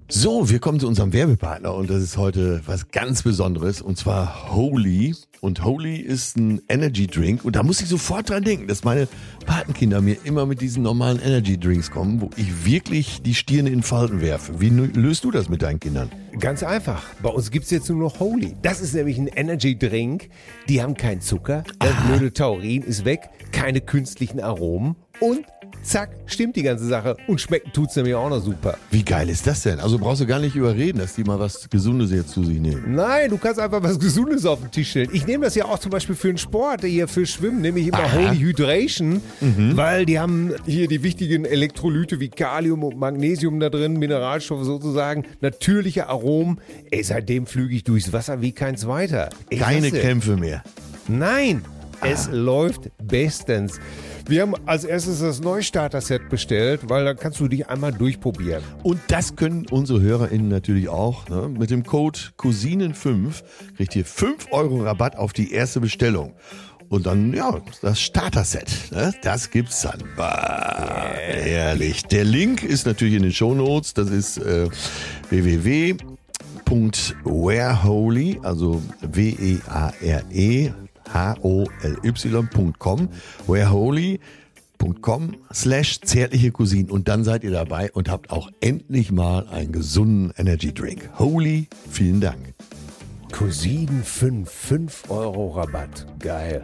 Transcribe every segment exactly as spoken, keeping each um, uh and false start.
So, wir kommen zu unserem Werbepartner und das ist heute was ganz Besonderes und zwar Holy. Und Holy ist ein Energy Drink und da muss ich sofort dran denken, dass meine Patenkinder mir immer mit diesen normalen Energy Drinks kommen, wo ich wirklich die Stirne in Falten werfe. Wie löst du das mit deinen Kindern? Ganz einfach. Bei uns gibt es jetzt nur noch Holy. Das ist nämlich ein Energy Drink. Die haben keinen Zucker, das ah. blöde Taurin ist weg, keine künstlichen Aromen und zack, stimmt die ganze Sache. Und schmecken tut's nämlich auch noch super. Wie geil ist das denn? Also brauchst du gar nicht überreden, dass die mal was Gesundes jetzt zu sich nehmen. Nein, du kannst einfach was Gesundes auf den Tisch stellen. Ich nehme das ja auch zum Beispiel für den Sport, hier für Schwimmen, nehme ich immer Aha. Holy Hydration, mhm. weil die haben hier die wichtigen Elektrolyte wie Kalium und Magnesium da drin, Mineralstoffe sozusagen, natürliche Aromen. Ey, seitdem flüge ich durchs Wasser wie kein zweiter. Ich Keine hasse. Kämpfe mehr. Nein, Ah. es läuft bestens. Wir haben als erstes das Neustarter-Set bestellt, weil dann kannst du dich einmal durchprobieren. Und das können unsere HörerInnen natürlich auch. Ne? Mit dem Code Cousinen fünf kriegt ihr fünf Euro Rabatt auf die erste Bestellung. Und dann, ja, das Starter-Set, ne? Das gibt's dann. Bah, herrlich. Der Link ist natürlich in den Shownotes. Das ist äh, w w w punkt wearholy, also W E A R E H O L Y Punkt com, wearholy Punkt com slash zärtliche Cousinen und dann seid ihr dabei und habt auch endlich mal einen gesunden Energy Drink. Holy, vielen Dank. Cousinen fünf, fünf Euro Rabatt. Geil.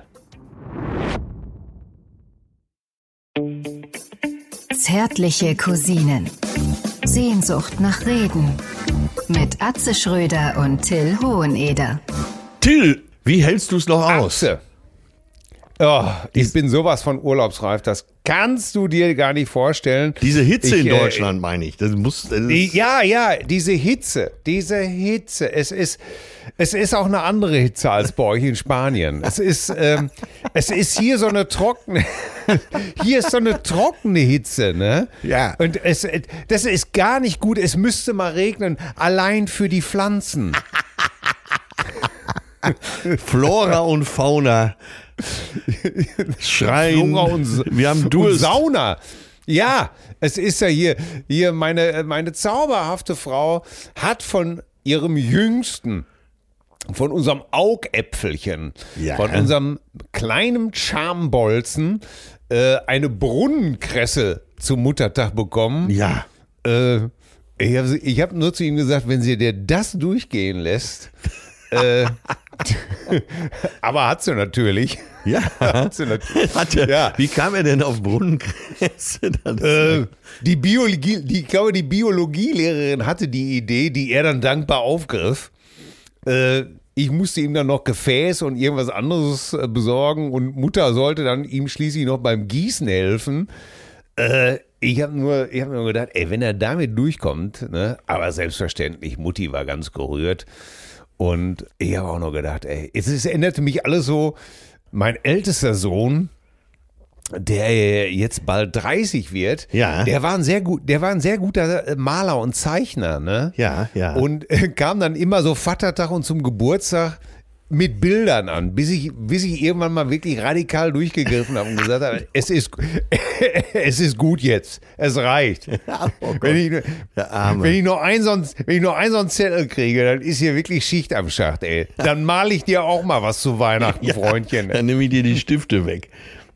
Zärtliche Cousinen. Sehnsucht nach Reden. Mit Atze Schröder und Till Hoheneder. Till, wie hältst du es noch aus? Atze. Oh, ich bin sowas von urlaubsreif, das kannst du dir gar nicht vorstellen. Diese Hitze ich, in Deutschland, äh, meine ich. Das muss, das die, ja, ja, diese Hitze, diese Hitze. Es ist, es ist auch eine andere Hitze als bei euch in Spanien. Es ist, ähm, es ist hier so eine trockene, hier ist so eine trockene Hitze, ne? Ja. Und es, das ist gar nicht gut. Es müsste mal regnen, allein für die Pflanzen. Flora und Fauna schreien. Flora und, wir haben Durst. Und Sauna. Ja, es ist ja hier, hier meine, meine zauberhafte Frau hat von ihrem Jüngsten, von unserem Augäpfelchen, ja. von unserem kleinen Schambolzen äh, eine Brunnenkresse zum Muttertag bekommen. Ja. Äh, ich habe ich hab nur zu ihm gesagt, wenn sie dir das durchgehen lässt, äh, aber hat sie natürlich. Ja. Hat sie natürlich. Hatte, ja. Wie kam er denn auf Brunnenkresse? Äh, die Biologie, die, ich glaube, die Biologielehrerin hatte die Idee, die er dann dankbar aufgriff. Äh, ich musste ihm dann noch Gefäß und irgendwas anderes äh, besorgen und Mutter sollte dann ihm schließlich noch beim Gießen helfen. Äh, ich habe nur, ich hab nur gedacht, ey, wenn er damit durchkommt, ne? Aber selbstverständlich, Mutti war ganz gerührt. Und ich habe auch noch gedacht, ey, es, es änderte mich alles so. Mein ältester Sohn, der jetzt bald dreißig wird, ja. der war ein sehr gut, der war ein sehr guter Maler und Zeichner, ne? Ja, ja. Und äh, kam dann immer so Vatertag und zum Geburtstag mit Bildern an, bis ich, bis ich irgendwann mal wirklich radikal durchgegriffen habe und gesagt habe, es ist, es ist gut jetzt, es reicht. Oh wenn, ich, Der wenn ich noch einen so einen, wenn ich noch einen so einen Zettel kriege, dann ist hier wirklich Schicht am Schacht, ey. Dann male ich dir auch mal was zu Weihnachten, ja, Freundchen. Dann nehme ich dir die Stifte weg.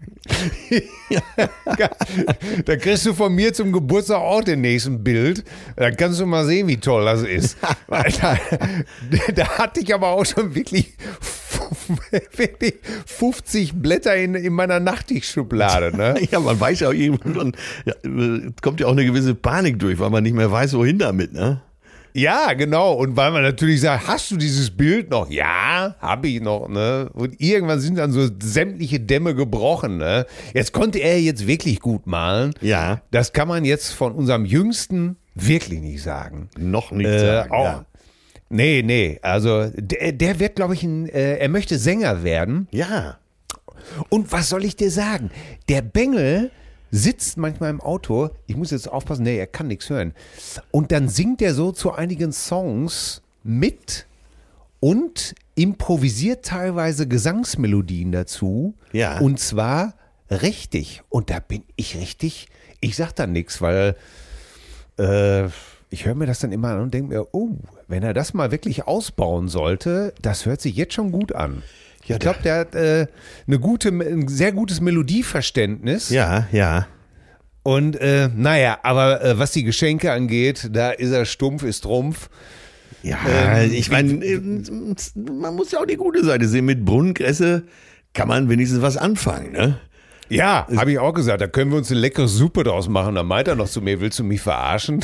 Da kriegst du von mir zum Geburtstag auch den nächsten Bild. Dann kannst du mal sehen, wie toll das ist. Da, da hatte ich aber auch schon wirklich, wirklich fünfzig Blätter in, in meiner Nachttischschublade. Ne? Ja, man weiß ja auch irgendwann, ja, kommt ja auch eine gewisse Panik durch, weil man nicht mehr weiß, wohin damit, ne? Ja, genau. Und weil man natürlich sagt, hast du dieses Bild noch? Ja, habe ich noch. Ne? Und irgendwann sind dann so sämtliche Dämme gebrochen. Ne? Jetzt konnte er jetzt wirklich gut malen. Ja. Das kann man jetzt von unserem Jüngsten wirklich nicht sagen. Noch nicht äh, sagen, auch, ja. Nee, nee. Also der, der wird, glaube ich, ein, äh, er möchte Sänger werden. Ja. Und was soll ich dir sagen? Der Bengel sitzt manchmal im Auto, ich muss jetzt aufpassen, nee, er kann nichts hören. Und dann singt er so zu einigen Songs mit und improvisiert teilweise Gesangsmelodien dazu. Ja. Und zwar richtig. Und da bin ich richtig, ich sag da nichts, weil äh, ich höre mir das dann immer an und denke mir, oh, wenn er das mal wirklich ausbauen sollte, das hört sich jetzt schon gut an. Ja, ich glaube, der hat äh, eine gute, ein sehr gutes Melodieverständnis. Ja, ja. Und äh, naja, aber äh, was die Geschenke angeht, da ist er stumpf, ist Trumpf. Ja, ähm, ich meine, man muss ja auch die gute Seite sehen. Mit Brunnenkresse kann man wenigstens was anfangen, ne? Ja, habe ich auch gesagt, da können wir uns eine leckere Suppe draus machen. Da meint er noch zu mir, willst du mich verarschen?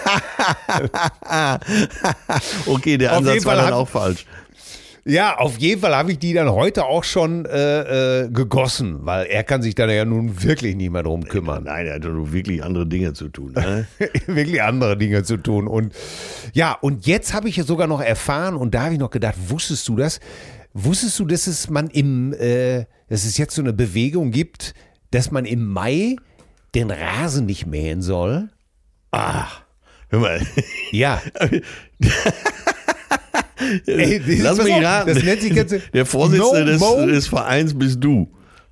Okay, der Ansatz war dann auch falsch. Ja, auf jeden Fall habe ich die dann heute auch schon äh, äh, gegossen, weil er kann sich da ja nun wirklich nicht mehr drum kümmern. Nein, er hat doch wirklich andere Dinge zu tun. Ne? Wirklich andere Dinge zu tun. Und ja, und jetzt habe ich ja sogar noch erfahren und da habe ich noch gedacht, wusstest du das? Wusstest du, dass es man im, äh, dass es jetzt so eine Bewegung gibt, dass man im Mai den Rasen nicht mähen soll? Ach, hör mal. Ja. Ey, Lass mich auf, raten. Das nennt sich ganz, Der Vorsitzende no des, des Vereins bist du.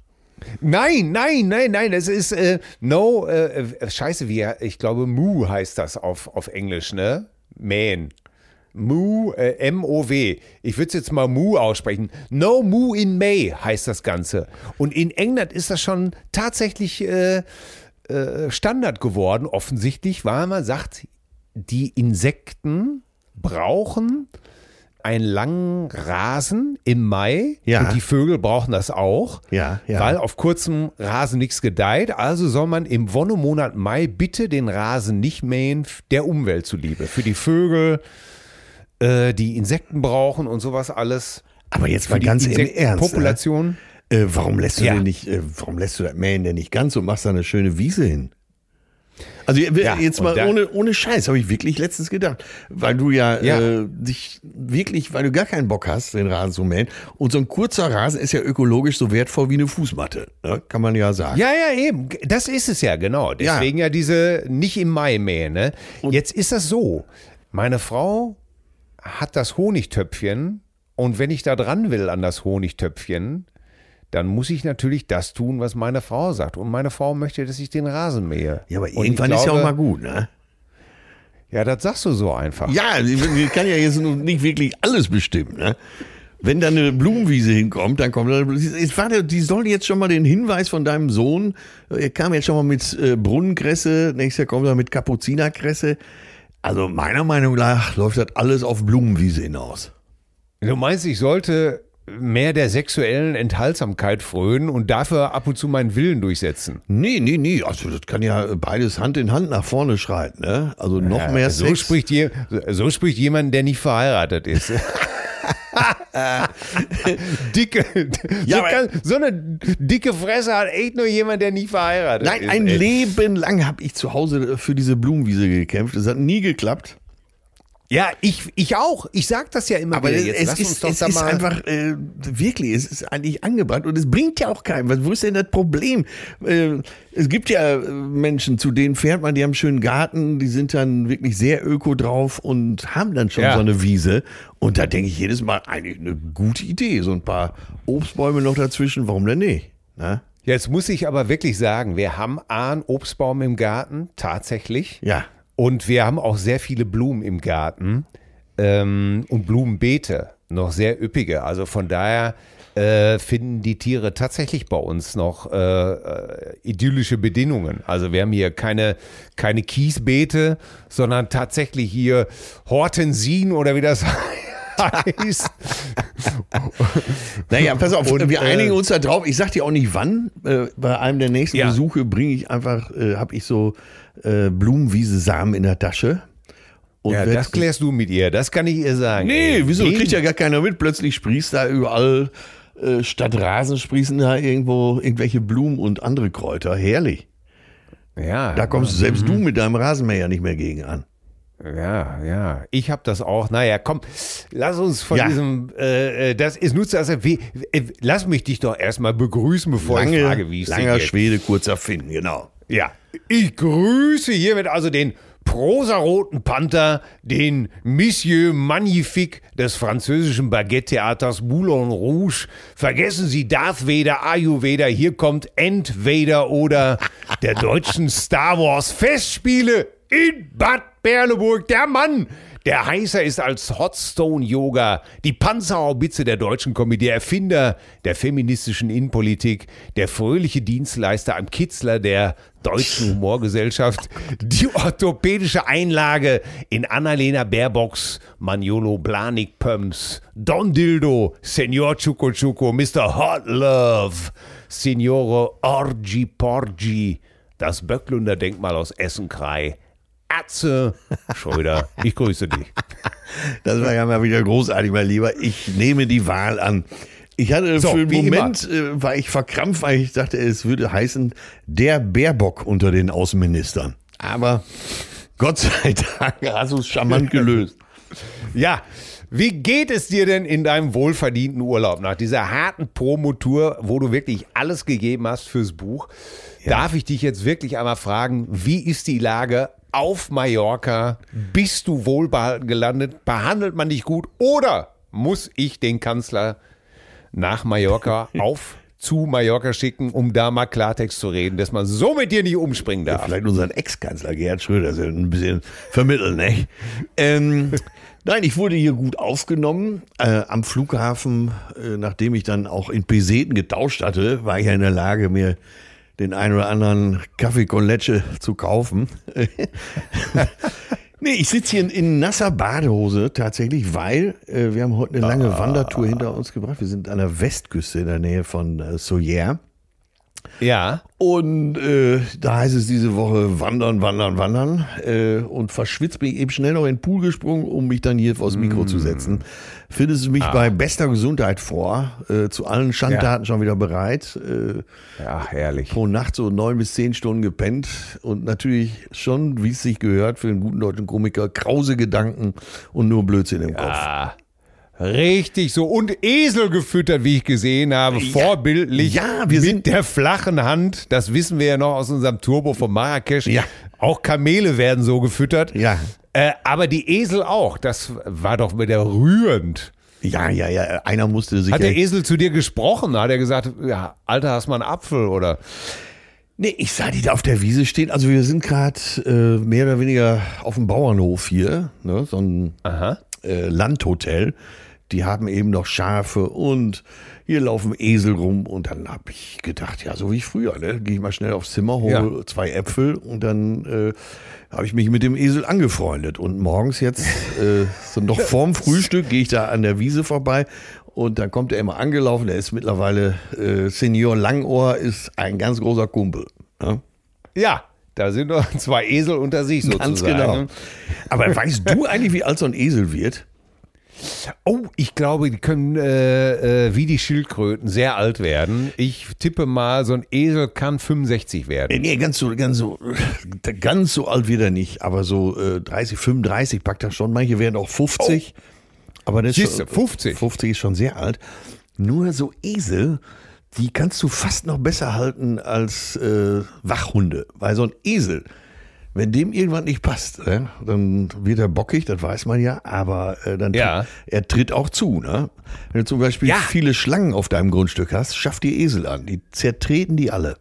Nein, nein, nein, nein, es ist äh, no, äh, scheiße, wie, ich glaube Moo heißt das auf, auf Englisch, ne? Mähen. Moo, äh, M O W. Ich würde es jetzt mal Moo aussprechen. No Moo in May heißt das Ganze. Und in England ist das schon tatsächlich äh, äh, Standard geworden, offensichtlich, weil man sagt, die Insekten brauchen einen langen Rasen im Mai, ja. Und die Vögel brauchen das auch, ja, ja. weil auf kurzem Rasen nichts gedeiht. Also soll man im Wonnemonat Mai bitte den Rasen nicht mähen, der Umwelt zuliebe. Für die Vögel, äh, die Insekten brauchen und sowas alles. Aber jetzt mal ganz im Ernst. Population. Äh, warum lässt du ja. denn nicht, äh, warum lässt du das Mähen denn nicht ganz und machst da eine schöne Wiese hin? Also ja, jetzt mal da, ohne, ohne Scheiß, habe ich wirklich letztens gedacht. Weil du ja, ja. Äh, dich wirklich, weil du gar keinen Bock hast, den Rasen zu mähen. Und so ein kurzer Rasen ist ja ökologisch so wertvoll wie eine Fußmatte. Ne? Kann man ja sagen. Ja, ja, eben. Das ist es ja, genau. Deswegen ja, ja diese nicht im Mai mähen. Ne? Jetzt ist das so. Meine Frau hat das Honigtöpfchen und wenn ich da dran will an das Honigtöpfchen, dann muss ich natürlich das tun, was meine Frau sagt. Und meine Frau möchte, dass ich den Rasen mähe. Ja, aber irgendwann glaube, ist ja auch mal gut, ne? Ja, das sagst du so einfach. Ja, ich kann ja jetzt nicht wirklich alles bestimmen, ne? Wenn da eine Blumenwiese hinkommt, dann kommt, warte, die soll jetzt schon mal den Hinweis von deinem Sohn, er kam jetzt schon mal mit äh, Brunnenkresse, nächstes Jahr kommt er mit Kapuzinerkresse. Also meiner Meinung nach läuft das alles auf Blumenwiese hinaus. Du meinst, ich sollte mehr der sexuellen Enthaltsamkeit frönen und dafür ab und zu meinen Willen durchsetzen? Nee, nee, nee. Also das kann ja beides Hand in Hand nach vorne schreiten, ne? Also noch ja, mehr so Sex. Spricht je, so spricht jemand, der nicht verheiratet ist. dicke, ja, so, kann, so eine dicke Fresse hat echt nur jemand, der nicht verheiratet nein, ist. Nein, ein ey. Leben lang habe ich zu Hause für diese Blumenwiese gekämpft. Es hat nie geklappt. Ja, ich, ich auch. Ich sag das ja immer aber wieder. Es, Jetzt es lass ist, uns doch es da ist mal einfach, äh, wirklich, es ist eigentlich angebrannt und es bringt ja auch keinem. Was, wo ist denn das Problem? Äh, es gibt ja Menschen, zu denen fährt man, die haben einen schönen Garten, die sind dann wirklich sehr öko drauf und haben dann schon ja. so eine Wiese. Und da denke ich jedes Mal, eigentlich eine gute Idee. So ein paar Obstbäume noch dazwischen, warum denn nicht? Na? Jetzt muss ich aber wirklich sagen, wir haben einen Obstbaum im Garten, tatsächlich. Ja. Und wir haben auch sehr viele Blumen im Garten ähm, und Blumenbeete, noch sehr üppige. Also von daher äh, finden die Tiere tatsächlich bei uns noch äh, äh, idyllische Bedingungen. Also wir haben hier keine, keine Kiesbeete, sondern tatsächlich hier Hortensien oder wie das heißt. Naja, pass auf, und, wir einigen äh, uns da drauf. Ich sag dir auch nicht wann. Äh, bei einem der nächsten ja. Besuche bringe ich einfach, äh, habe ich so äh, Blumenwiese-Samen in der Tasche. Und ja, werd, das klärst du mit ihr. Das kann ich ihr sagen. Nee, wieso? Den, Kriegt ja gar keiner mit. Plötzlich sprießt da überall, äh, statt Rasen sprießen da irgendwo irgendwelche Blumen und andere Kräuter. Herrlich. Ja. Da kommst ja. selbst du mit deinem Rasenmäher nicht mehr gegen an. Ja, ja, ich habe das auch. Naja, komm, lass uns von ja. diesem, äh, das ist nutzt das, wie, äh, lass mich dich doch erstmal begrüßen, bevor Lange, ich frage, wie es dir langer geht. Schwede, kurzer Finn, genau. Ja, ich grüße hiermit also den prosaroten Panther, den Monsieur Magnifique des französischen Baguette-Theaters Moulin Rouge. Vergessen Sie Darth Vader, Ayurveda, hier kommt End Vader oder der deutschen Star Wars Festspiele. in Bad Berleburg. Der Mann, der heißer ist als Hotstone-Yoga, die Panzerhaubitze der deutschen Komödie, der Erfinder der feministischen Innenpolitik, der fröhliche Dienstleister am Kitzler der deutschen Humorgesellschaft, die orthopädische Einlage in Annalena Baerbocks Maniolo Blanik Pumps, Don Dildo, Senor Chuco Chuco, Mister Hot Love, Signore Orgi Porgi, das Böcklunder Denkmal aus Essen-Krei, Atze Schröder, ich grüße dich. Das war ja mal wieder großartig, mein Lieber. Ich nehme die Wahl an. Ich hatte So, für einen wie Moment, äh, war ich verkrampft, weil ich dachte, es würde heißen, der Baerbock unter den Außenministern. Aber Gott sei Dank hast du es charmant gelöst. Ja, wie geht es dir denn in deinem wohlverdienten Urlaub nach dieser harten Promotour, wo du wirklich alles gegeben hast fürs Buch? Ja. Darf ich dich jetzt wirklich einmal fragen, wie ist die Lage auf Mallorca? Bist du wohlbehalten gelandet? Behandelt man dich gut? Oder muss ich den Kanzler nach Mallorca auf zu Mallorca schicken, um da mal Klartext zu reden, dass man so mit dir nicht umspringen darf? Ja, vielleicht unseren Ex-Kanzler Gerhard Schröder so ein bisschen vermitteln, ne? Ähm, nein, ich wurde hier gut aufgenommen. Äh, am Flughafen, äh, nachdem ich dann auch in Peseten getauscht hatte, war ich ja in der Lage, mir den einen oder anderen Kaffee con Leche zu kaufen. Nee, ich sitze hier in, in nasser Badehose tatsächlich, weil äh, wir haben heute eine lange ah. Wandertour hinter uns gebracht. Wir sind an der Westküste in der Nähe von äh, Sóller. Ja. Und äh, da heißt es diese Woche wandern, wandern, wandern. Äh, und verschwitzt bin ich eben schnell noch in den Pool gesprungen, um mich dann hier vors Mikro mm. zu setzen. Findest du mich ah. bei bester Gesundheit vor, äh, zu allen Schandtaten ja. schon wieder bereit. Äh, ja, herrlich. Pro Nacht so neun bis zehn Stunden gepennt. Und natürlich schon, wie es sich gehört, für einen guten deutschen Komiker, krause Gedanken und nur Blödsinn im ja. Kopf. Richtig so. Und Esel gefüttert, wie ich gesehen habe. Ja, vorbildlich. Ja, wir mit sind der flachen Hand. Das wissen wir ja noch aus unserem Turbo von Marrakesch. Ja. Auch Kamele werden so gefüttert. Ja. Äh, aber die Esel auch. Das war doch wieder rührend. Ja, ja, ja. Einer musste sich. Hat der Esel zu dir gesprochen? Hat er gesagt, ja, Alter, hast du mal einen Apfel oder? Nee, ich sah die da auf der Wiese stehen. Also wir sind gerade äh, mehr oder weniger auf dem Bauernhof hier. Ne? So ein äh, Landhotel. Die haben eben noch Schafe und hier laufen Esel rum. Und dann habe ich gedacht, ja, so wie früher, ne? Gehe ich mal schnell aufs Zimmer, hole ja. zwei Äpfel und dann äh, habe ich mich mit dem Esel angefreundet. Und morgens jetzt, äh, so noch vorm Frühstück, gehe ich da an der Wiese vorbei und dann kommt er immer angelaufen. Der ist mittlerweile, äh, Senior Langohr ist ein ganz großer Kumpel. Ne? Ja. Da sind doch zwei Esel unter sich sozusagen. Ganz genau. Aber weißt du eigentlich, wie alt so ein Esel wird? Oh, ich glaube, die können äh, äh, wie die Schildkröten sehr alt werden. Ich tippe mal, so ein Esel kann fünfundsechzig werden. Nee, ganz so, ganz so, ganz so alt wird er nicht. Aber so äh, dreißig, fünfunddreißig packt er schon. Manche werden auch fünfzig. Oh. Aber das ist schon, fünfzig. fünfzig ist schon sehr alt. Nur so Esel, die kannst du fast noch besser halten als äh, Wachhunde. Weil so ein Esel, wenn dem irgendwann nicht passt, ne, dann wird er bockig, das weiß man ja, aber äh, dann ja. er tritt auch zu. Ne? Wenn du zum Beispiel ja. viele Schlangen auf deinem Grundstück hast, schaff die Esel an, die zertreten die alle.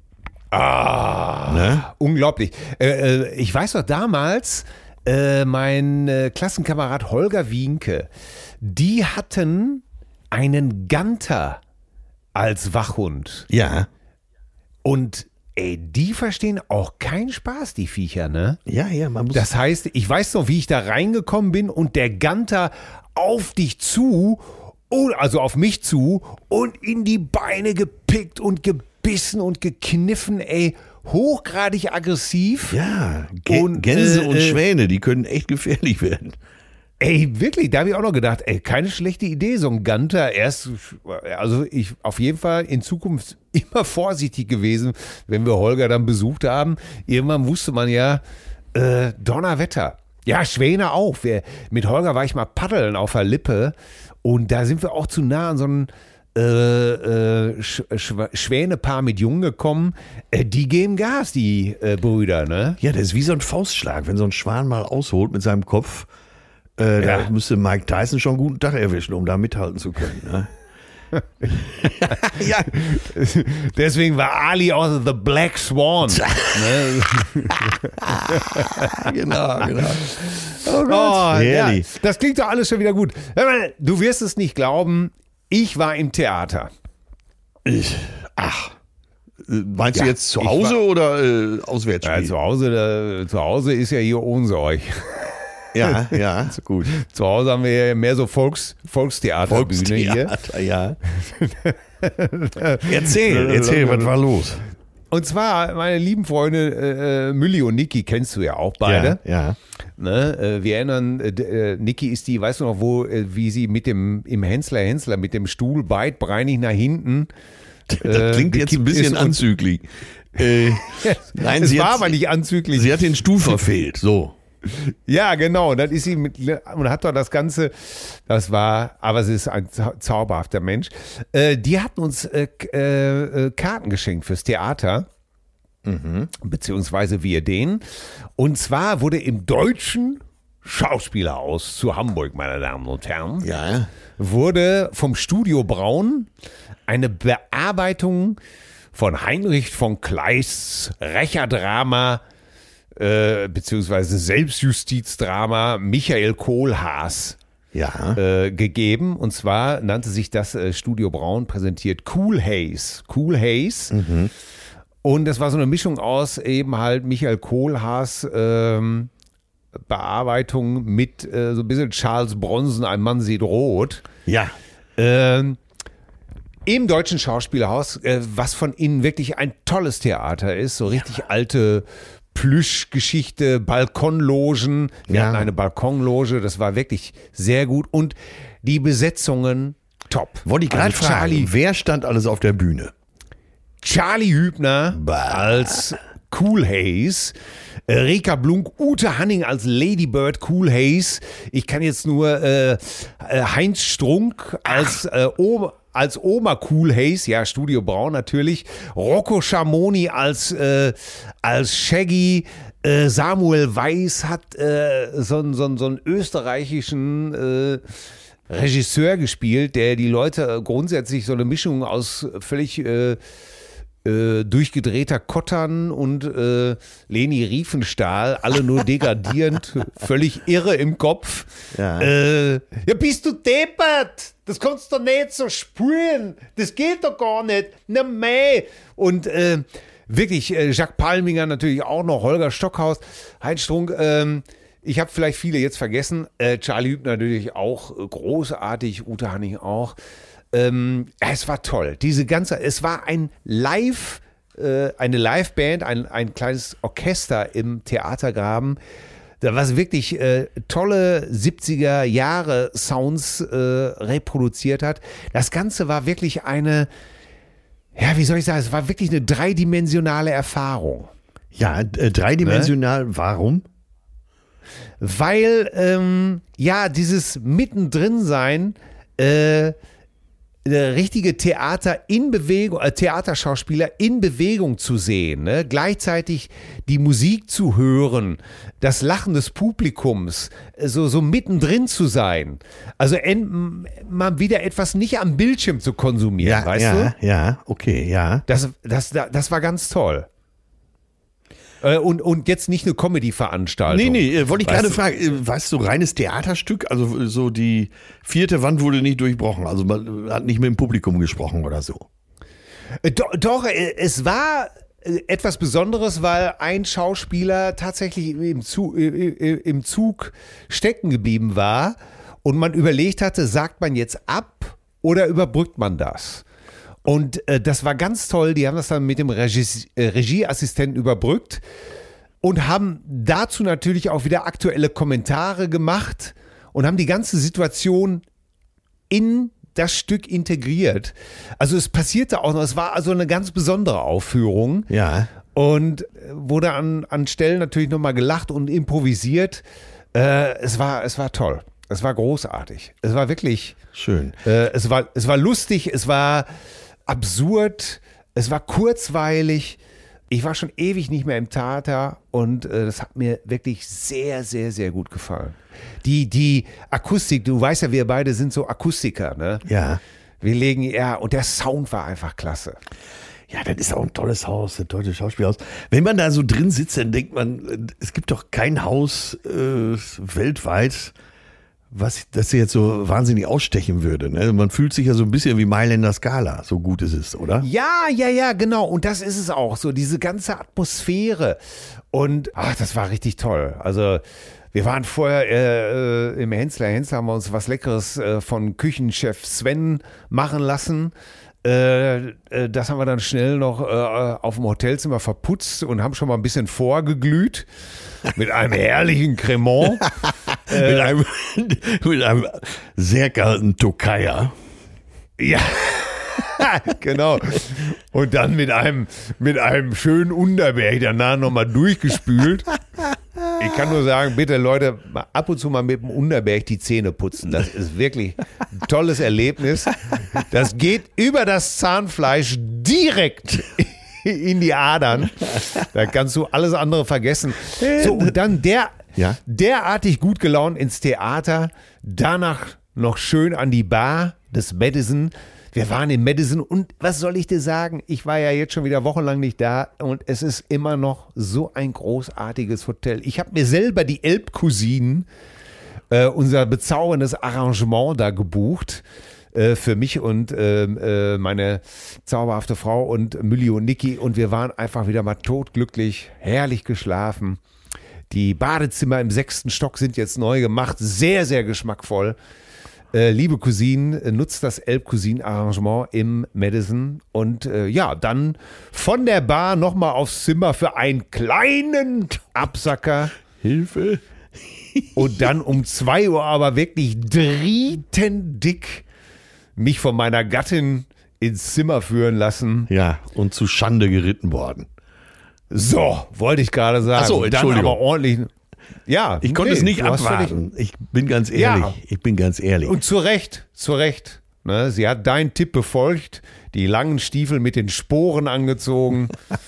Ah, ne? Unglaublich. Äh, äh, ich weiß noch damals, äh, mein äh, Klassenkamerad Holger Wienke, die hatten einen Ganter als Wachhund. Ja. Und ey, die verstehen auch keinen Spaß, die Viecher, ne? Ja, ja, man muss. Das heißt, ich weiß noch, wie ich da reingekommen bin und der Ganter auf dich zu, also auf mich zu und in die Beine gepickt und gebissen und gekniffen, ey, hochgradig aggressiv. Ja, G- und, Gänse äh, und Schwäne, die können echt gefährlich werden. Ey, wirklich, da habe ich auch noch gedacht, ey, keine schlechte Idee, so ein Ganter. Erst, also ich auf jeden Fall in Zukunft immer vorsichtig gewesen, wenn wir Holger dann besucht haben. Irgendwann wusste man ja, äh, Donnerwetter. Ja, Schwäne auch. Wir, mit Holger war ich mal paddeln auf der Lippe und da sind wir auch zu nah an so einem äh, äh, Sch- Sch- Schwänepaar mit Jungen gekommen. Äh, die geben Gas, die äh, Brüder, ne? Ja, das ist wie so ein Faustschlag, wenn so ein Schwan mal ausholt mit seinem Kopf. Äh, ja. Da müsste Mike Tyson schon einen guten Tag erwischen, um da mithalten zu können. Ne? ja. Deswegen war Ali auch The Black Swan. ne? genau, genau. Oh, ja, herrlich. das klingt doch alles schon wieder gut. Du wirst es nicht glauben, ich war im Theater. Ich, ach. Meinst Ja, du jetzt zu ich Hause war- oder äh, Auswärtsspiel? Ja, zu Hause, da, zu Hause ist ja hier Ohnsorg. ja, ja, gut. Zu Hause haben wir ja mehr so Volks, Volkstheaterbühne hier. Volkstheater, ja. erzähl, erzähl, was war los? Und zwar, meine lieben Freunde, äh, Mülli und Niki kennst du ja auch beide. Ja, ja. Ne? Äh, wir erinnern, äh, äh, Niki ist die, weißt du noch, wo, äh, wie sie mit dem, im Hensler Hensler, mit dem Stuhl beidbeinig nach hinten. Das klingt äh, jetzt ein gekippt ist bisschen und- anzüglich. Äh, nein, es sie war hat, aber nicht anzüglich. sie hat den Stuhl verfehlt, so. Ja, genau. Das ist sie mit, und hat doch das Ganze, das war, aber sie ist ein zau- zauberhafter Mensch. Äh, die hatten uns äh, k- äh, äh, Karten geschenkt fürs Theater. Beziehungsweise wir den. Und zwar wurde im Deutschen Schauspielhaus zu Hamburg, meine Damen und Herren, Ja. wurde vom Studio Braun eine Bearbeitung von Heinrich von Kleists Rächerdrama äh, beziehungsweise Selbstjustizdrama Michael Kohlhaas Ja. äh, gegeben. Und zwar nannte sich das äh, Studio Braun präsentiert Cool Haze. Cool Haze. Und das war so eine Mischung aus eben halt Michael Kohlhaas ähm, Bearbeitung mit äh, so ein bisschen Charles Bronson, ein Mann sieht rot. Ja. Ähm, Im Deutschen Schauspielhaus, äh, was von innen wirklich ein tolles Theater ist, so richtig alte Plüschgeschichte, Balkonlogen. Wir Ja. hatten eine Balkonloge, das war wirklich sehr gut und die Besetzungen top. Wollte ich gerade Also fragen, Charlie, wer stand alles auf der Bühne? Charlie Hübner Bah. als Cool Haze, äh, Rika Blunk, Ute Hanning als Ladybird Cool Haze. Ich kann jetzt nur äh, äh, Heinz Strunk als äh, Oma, als Oma Cool Haze, ja, Studio Braun natürlich. Rocco Schamoni als, äh, als Shaggy. Äh, Samuel Weiß hat äh, so, einen- so, einen- so einen österreichischen äh, Regisseur gespielt, der die Leute grundsätzlich so eine Mischung aus völlig äh, äh, durchgedrehter Kottern und äh, Leni Riefenstahl, alle nur degradierend, völlig irre im Kopf. Ja. Äh, ja, bist du deppert? Das kannst du nicht so spüren. Das geht doch gar nicht. Na mei. Und äh, wirklich, äh, Jacques Palminger natürlich auch noch, Holger Stockhaus, Heinz Strunk, ähm, ich habe vielleicht viele jetzt vergessen. Äh, Charlie Hübner natürlich auch äh, großartig, Ute Hanning auch. Ähm, es war toll. Diese ganze, es war ein Live, äh, eine Liveband, ein, ein kleines Orchester im Theatergraben, da was wirklich äh, tolle siebziger Jahre Sounds äh, reproduziert hat. Das Ganze war wirklich eine, ja, wie soll ich sagen, es war wirklich eine dreidimensionale Erfahrung. Ja, äh, dreidimensional, warum? Weil, ähm, ja, dieses Mittendrin-Sein, äh, eine richtige Theater in Bewegung, äh, Theaterschauspieler in Bewegung zu sehen, ne? Gleichzeitig die Musik zu hören, das Lachen des Publikums, äh, so, so mittendrin zu sein. Also en, mal wieder etwas nicht am Bildschirm zu konsumieren, weißt ja, du? ja, okay, ja. Das, das, das war ganz toll. Äh, und, und jetzt nicht eine Comedy-Veranstaltung. Nee, nee, äh, wollte ich Weißt gerade du- fragen, äh, weißt du, reines Theaterstück? Also äh, so die vierte Wand wurde nicht durchbrochen, also man hat nicht mit dem Publikum gesprochen oder so. Äh, do- Doch, äh, es war äh, etwas Besonderes, weil ein Schauspieler tatsächlich im Zug, im Zug stecken geblieben war und man überlegt hatte, sagt man jetzt ab oder überbrückt man das? Und äh, das war ganz toll, die haben das dann mit dem Regie, äh, Regieassistenten überbrückt und haben dazu natürlich auch wieder aktuelle Kommentare gemacht und haben die ganze Situation in das Stück integriert. Also es passierte auch noch, es war also eine ganz besondere Aufführung Ja. und wurde an, an Stellen natürlich nochmal gelacht und improvisiert. Äh, es war, es war toll. Es war großartig. Es war wirklich, Schön. äh, es war, es war lustig, es war absurd, es war kurzweilig. Ich war schon ewig nicht mehr im Theater und äh, das hat mir wirklich sehr, sehr, sehr gut gefallen. Die, die Akustik, du weißt ja, wir beide sind so Akustiker, ne? Ja. Wir legen, ja, und der Sound war einfach klasse. Ja, das ist auch ein tolles Haus, ein tolles Schauspielhaus. Wenn man da so drin sitzt, dann denkt man, es gibt doch kein Haus äh, weltweit, was das jetzt so wahnsinnig ausstechen würde. Ne? Man fühlt sich ja so ein bisschen wie Mailänder Skala, so gut ist es, oder? Ja, ja, ja, genau. Und das ist es auch, so diese ganze Atmosphäre. Und ach, das war richtig toll. Also wir waren vorher äh, äh, im Hensler. Hensler haben wir uns was Leckeres äh, von Küchenchef Sven machen lassen. Äh, äh, das haben wir dann schnell noch äh, auf dem Hotelzimmer verputzt und haben schon mal ein bisschen vorgeglüht mit einem herrlichen Cremant. äh, mit, einem, mit einem sehr kalten Tokaja. Ja, genau. Und dann mit einem, mit einem schönen Unterberg danach nochmal durchgespült. Ich kann nur sagen, bitte Leute, ab und zu mal mit dem Unterberg die Zähne putzen. Das ist wirklich ein tolles Erlebnis. Das geht über das Zahnfleisch direkt in die Adern. Da kannst du alles andere vergessen. So, und dann der, ja? derartig gut gelaunt ins Theater, danach noch schön an die Bar des Madison. Wir waren in Madison und was soll ich dir sagen? Ich war ja jetzt schon wieder wochenlang nicht da und es ist immer noch so ein großartiges Hotel. Ich habe mir selber die Elbcousinen, äh, unser bezauberndes Arrangement da gebucht äh, für mich und äh, äh, meine zauberhafte Frau und Mülli und Niki und wir waren einfach wieder mal totglücklich, herrlich geschlafen. Die Badezimmer im sechsten Stock sind jetzt neu gemacht, sehr, sehr geschmackvoll. Äh, liebe Cousinen, äh, nutzt das Elb-Cousinen-Arrangement im Madison und äh, ja, dann von der Bar nochmal aufs Zimmer für einen kleinen Absacker. Hilfe. Und dann um zwei Uhr aber wirklich drietendick mich von meiner Gattin ins Zimmer führen lassen. Ja, und zu Schande geritten worden. So, wollte ich gerade sagen. Ach so, Entschuldigung. Dann aber ordentlich... Ja, ich konnte nee, es nicht du hast abwarten. völlig- Ich bin ganz ehrlich. Ja. Ich bin ganz ehrlich. Und zu Recht, zu Recht. Ne, sie hat deinen Tipp befolgt, die langen Stiefel mit den Sporen angezogen.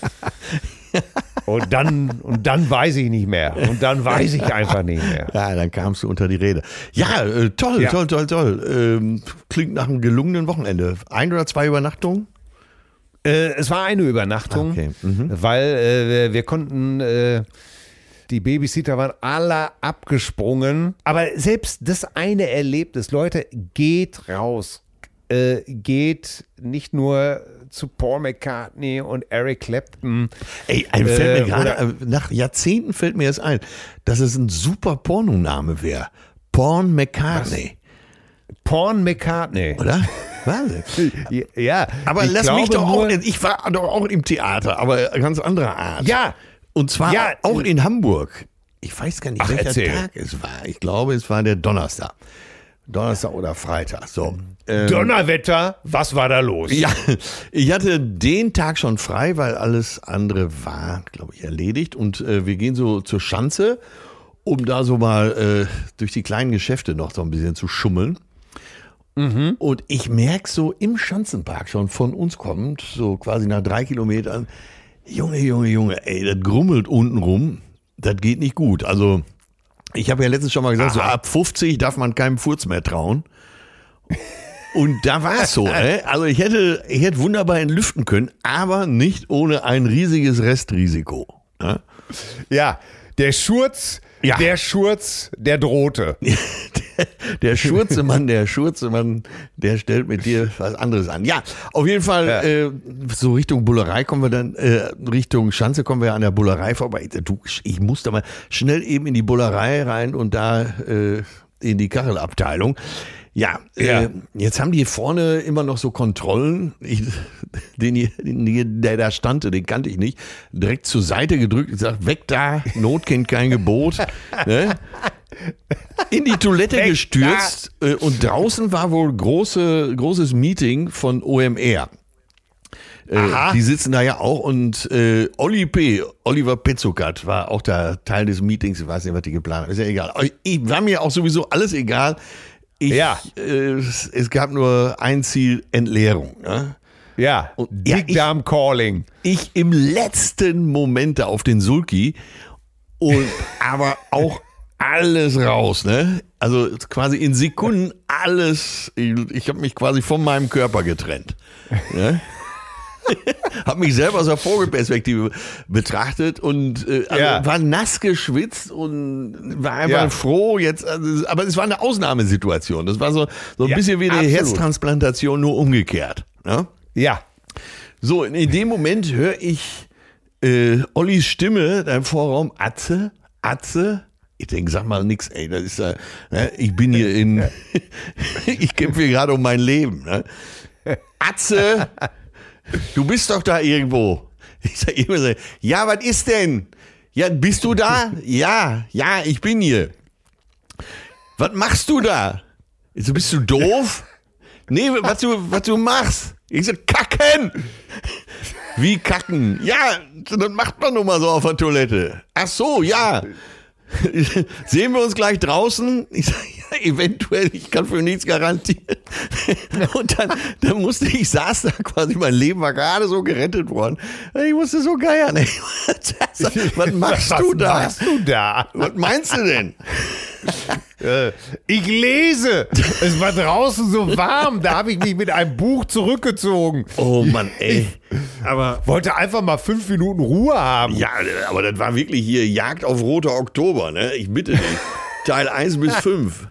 und, dann, und dann weiß ich nicht mehr. Und dann weiß ich einfach nicht mehr. Ja, dann kamst du unter die Rede. Ja, äh, toll, Ja. toll, toll, toll. Ähm, klingt nach einem gelungenen Wochenende. Ein oder zwei Übernachtungen? Äh, es war eine Übernachtung, Okay, mhm. weil äh, wir, wir konnten... Äh, Die Babysitter waren alle abgesprungen. Aber selbst das eine Erlebnis, Leute, geht raus. Äh, geht nicht nur zu Paul McCartney und Eric Clapton. Ey, ein fällt mir Äh, gerade, oder- äh, nach Jahrzehnten fällt mir jetzt ein, dass es ein super Pornoname wäre. Porn McCartney. Paul McCartney. Oder? Wahnsinn. Ja, Aber ich lass glaube mich doch nur, auch, ich war doch auch im Theater, aber ganz anderer Art. Ja, Und zwar Ja, auch in Hamburg. Ich weiß gar nicht, Ach, welcher erzähl. Tag es war. Ich glaube, es war der Donnerstag. Donnerstag oder Freitag. So. Ähm, Donnerwetter, was war da los? ja, ich hatte den Tag schon frei, weil alles andere war, glaube ich, erledigt. Und äh, wir gehen so zur Schanze, um da so mal äh, durch die kleinen Geschäfte noch so ein bisschen zu schummeln. Mhm. Und ich merke so im Schanzenpark schon von uns kommend, so quasi nach drei Kilometern, Junge, Junge, Junge, ey, das grummelt unten rum. Das geht nicht gut. Also, ich habe ja letztens schon mal gesagt, so ab fünfzig darf man keinem Furz mehr trauen. Und da war es so. Äh? Also, ich hätte, ich hätte wunderbar entlüften können, aber nicht ohne ein riesiges Restrisiko. Ne? Ja, der Schurz, Ja. der Schurz, der drohte. Der Schurzemann, der Schurzemann, der stellt mit dir was anderes an. Ja, auf jeden Fall, Ja. äh, so Richtung Bullerei kommen wir dann, äh, Richtung Schanze kommen wir an der Bullerei vorbei. Du, ich musste mal schnell eben in die Bullerei rein und da äh, in die Kachelabteilung. Ja, Ja. Äh, jetzt haben die vorne immer noch so Kontrollen. Ich, den, hier- den, der da stand, den kannte ich nicht. Direkt zur Seite gedrückt und gesagt, weg da, Not kennt kein Gebot. Ne? In die Toilette Weg gestürzt äh, und draußen war wohl große, großes Meeting von O M R. Äh, Aha. die sitzen da ja auch und äh, Olli P., Oliver Petzokat war auch da Teil des Meetings. Ich weiß nicht, was die geplant haben. Ist ja egal. Ich, war mir auch sowieso alles egal. Ich, Ja. äh, es, es gab nur ein Ziel, Entleerung. Ne? Ja, Und- ja, Dickdarm Calling. Ich im letzten Moment da auf den Sulki und aber auch alles raus, ne? Also quasi in Sekunden alles, ich, ich habe mich quasi von meinem Körper getrennt. Ne? Hab mich selber aus der Vogelperspektive betrachtet und äh, also Ja. war nass geschwitzt und war einfach Ja. froh jetzt, also, aber es war eine Ausnahmesituation. Das war so, so ein Ja, bisschen wie eine absolut. Herztransplantation, nur umgekehrt. Ne? Ja. So, in, in dem Moment höre ich äh, Ollis Stimme da im Vorraum, Atze, Atze. Ich denke, sag mal nix, ey, das ist ja, ne? Ich bin hier in, ich kämpfe hier gerade um mein Leben. Ne? Atze, du bist doch da irgendwo. Ich sage immer so, ja, was ist denn? Ja, bist du da? Ja, ja, ich bin hier. Was machst du da? Ich so, bist du doof? Nee, was du, was du machst? Ich so, kacken! Wie kacken? Ja, das macht man nun mal so auf der Toilette. Ach so, ja. Sehen wir uns gleich draußen? Ich sage, ja, eventuell, ich kann für nichts garantieren. Und dann, dann musste ich, saß da quasi, mein Leben war gerade so gerettet worden. Ich musste so geiern. Ey. Was machst Was du da? machst du da? Was meinst du denn? Äh, Ich lese. Es war draußen so warm. Da habe ich mich mit einem Buch zurückgezogen. Oh Mann, ey. Aber Wollte einfach mal fünf Minuten Ruhe haben. ja, aber das war wirklich hier Jagd auf roter Oktober, ne? Ich bitte dich. Teil eins bis fünf.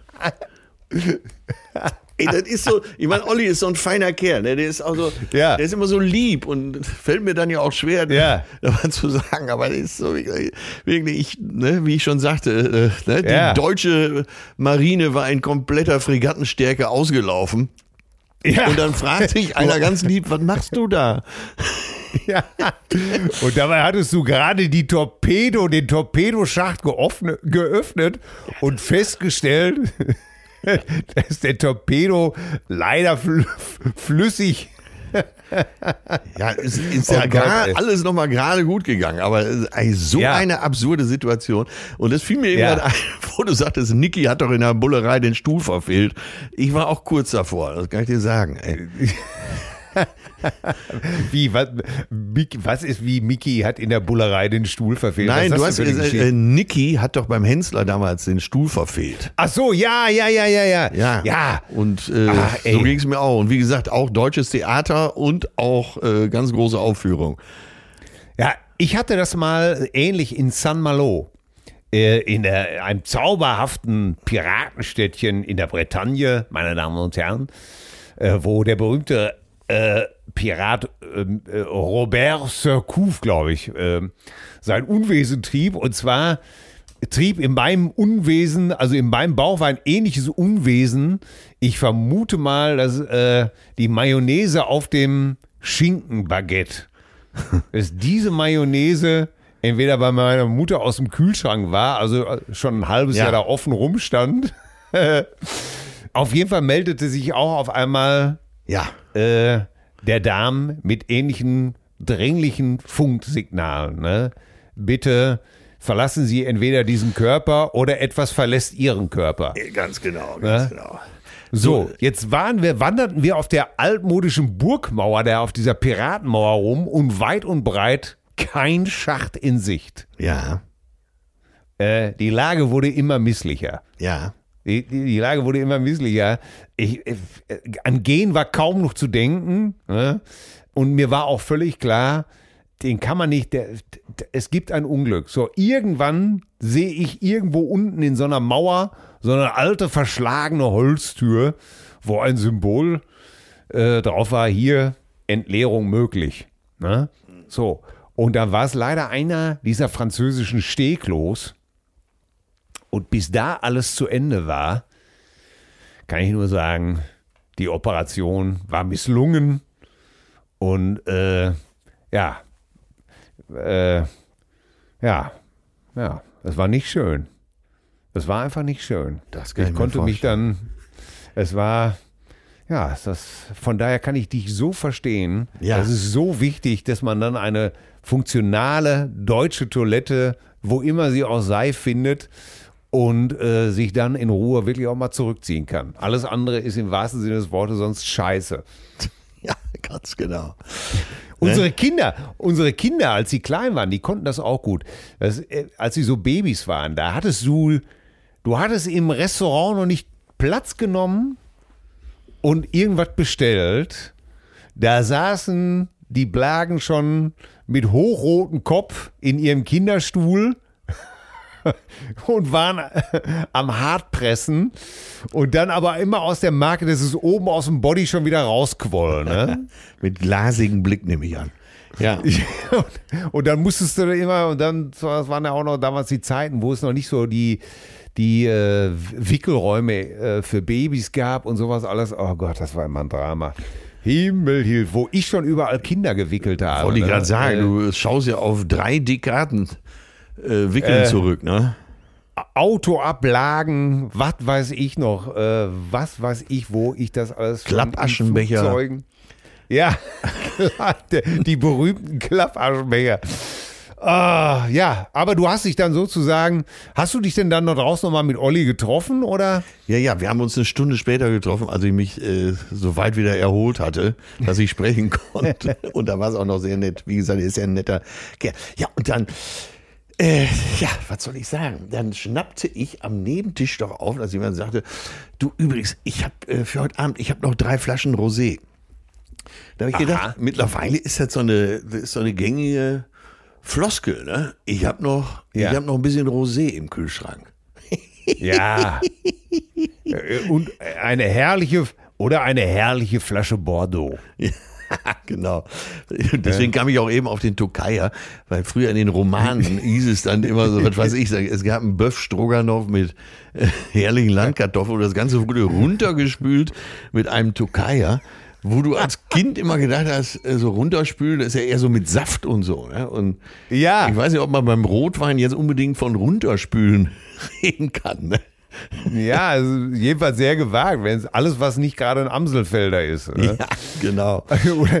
Ey, das ist so, ich meine, Olli ist so ein feiner Kerl, ne? Der ist auch so, Ja. der ist immer so lieb und fällt mir dann ja auch schwer, Ja. da zu sagen, aber der ist so wirklich, wirklich ne, wie ich schon sagte, äh, ne? Die Ja. deutsche Marine war in kompletter Fregattenstärke ausgelaufen. Ja. Und dann fragt sich einer ganz lieb, was machst du da? Ja. Und dabei hattest du gerade die Torpedo, den Torpedoschacht geöffnet, geöffnet und festgestellt, dass der Torpedo leider fl flüssig. Ja, es ist ja Oh Gott, gar, ey. alles nochmal gerade gut gegangen, aber ey, so Ja. eine absurde Situation. Und das fiel mir Ja. irgendwann ein, wo du sagtest, Niki hat doch in der Bullerei den Stuhl verfehlt. Ich war auch kurz davor, das kann ich dir sagen. Ey. Wie, was, Mickey- was ist wie Mickey hat in der Bullerei den Stuhl verfehlt? Nein, Was du ist hast, das für eine äh, Geschichte? äh, Niki hat doch beim Hensler damals den Stuhl verfehlt. Ach so, ja, ja, ja, ja, ja. Ja. Ja. Und äh, Ach, ey. so ging es mir auch. Und wie gesagt, auch deutsches Theater und auch äh, ganz große Aufführung. Ja, ich hatte das mal ähnlich in Saint Malo. äh, In der, einem zauberhaften Piratenstädtchen in der Bretagne, meine Damen und Herren, äh, wo der berühmte äh, Pirat ähm, äh, Robert Surcouf, glaube ich, äh, sein Unwesen trieb. Und zwar trieb in meinem Unwesen, also in meinem Bauch war ein ähnliches Unwesen. Ich vermute mal, dass äh, die Mayonnaise auf dem Schinkenbaguette, dass diese Mayonnaise entweder bei meiner Mutter aus dem Kühlschrank war, also schon ein halbes Ja. Jahr da offen rumstand. Auf jeden Fall meldete sich auch auf einmal Ja. äh, der Darm mit ähnlichen dränglichen Funksignalen. Ne? Bitte verlassen Sie entweder diesen Körper oder etwas verlässt Ihren Körper. Ganz genau, ganz Ja. genau. So, jetzt waren wir, wanderten wir auf der altmodischen Burgmauer, da auf dieser Piratenmauer rum und weit und breit kein Schacht in Sicht. Ja, Äh, die Lage wurde immer misslicher. ja. Die, die, die Lage wurde immer misslicher. Ich, äh, an Gehen war kaum noch zu denken. Ne? Und mir war auch völlig klar, den kann man nicht, der, der, es gibt ein Unglück. So, irgendwann sehe ich irgendwo unten in so einer Mauer so eine alte, verschlagene Holztür, wo ein Symbol äh, drauf war, hier Entleerung möglich. Ne? So, und da war es leider einer dieser französischen Stehklos. Und bis da alles zu Ende war, kann ich nur sagen, die Operation war misslungen. Und äh, ja, äh, ja, ja, das war nicht schön. Das war einfach nicht schön. Das kann ich ich mir konnte mich vorstellen. dann, es war, ja, das, von daher kann ich dich so verstehen. Ja. Das ist so wichtig, dass man dann eine funktionale deutsche Toilette, wo immer sie auch sei, findet und äh, sich dann in Ruhe wirklich auch mal zurückziehen kann. Alles andere ist im wahrsten Sinne des Wortes sonst scheiße. Ja, ganz genau. Unsere Kinder, unsere Kinder, als sie klein waren, die konnten das auch gut. Das, äh, als sie so Babys waren, da hattest du du hattest im Restaurant noch nicht Platz genommen und irgendwas bestellt. Da saßen die Blagen schon mit hochrotem Kopf in ihrem Kinderstuhl und waren am Hartpressen und dann aber immer aus der Marke, dass es oben aus dem Body schon wieder rausquoll. Ne? Mit glasigem Blick nehme ich an. Ja. Und dann musstest du immer, und dann das waren ja auch noch damals die Zeiten, wo es noch nicht so die, die äh, Wickelräume äh, für Babys gab und sowas alles. Oh Gott, das war immer ein Drama. Himmelhilfe, wo ich schon überall Kinder gewickelt habe. Wollte ich ne? gerade sagen, äh, du schaust ja auf drei Dekaden äh, Wickeln Äh, zurück, ne? Autoablagen, was weiß ich noch, äh, was weiß ich, wo ich das alles schon in Klappaschenbecher. Flugzeugen- Ja, die berühmten Klappaschenbecher. Ah, ja, aber du hast dich dann sozusagen, hast du dich denn dann noch draußen nochmal mit Olli getroffen, oder? Ja, ja, wir haben uns eine Stunde später getroffen, als ich mich äh, so weit wieder erholt hatte, dass ich sprechen konnte. Und da war es auch noch sehr nett. Wie gesagt, er ist ja ein netter Kerl. Ja, und dann, äh, ja, was soll ich sagen? Dann schnappte ich am Nebentisch doch auf, dass jemand sagte, du übrigens, ich habe äh, für heute Abend, ich habe noch drei Flaschen Rosé. Da habe ich gedacht, mittlerweile ist das so eine, das ist so eine gängige Floskel, ne? Ich habe noch, Ja. ich habe noch ein bisschen Rosé im Kühlschrank. Ja. Und eine herrliche, oder eine herrliche Flasche Bordeaux. Genau. Deswegen kam ich auch eben auf den Tokayer, weil früher in den Romanen hieß es dann immer so, was weiß ich, es gab einen Bœuf Stroganoff mit äh, herrlichen Landkartoffeln und das Ganze wurde runtergespült mit einem Tokayer, wo du als Kind immer gedacht hast, äh, so runterspülen, das ist ja eher so mit Saft und so. Ne? Und Ja. ich weiß nicht, ob man beim Rotwein jetzt unbedingt von runterspülen reden kann. Ne? Ja, also jedenfalls sehr gewagt, wenn es alles, was nicht gerade ein Amselfelder ist. Ne? Ja, genau. Oder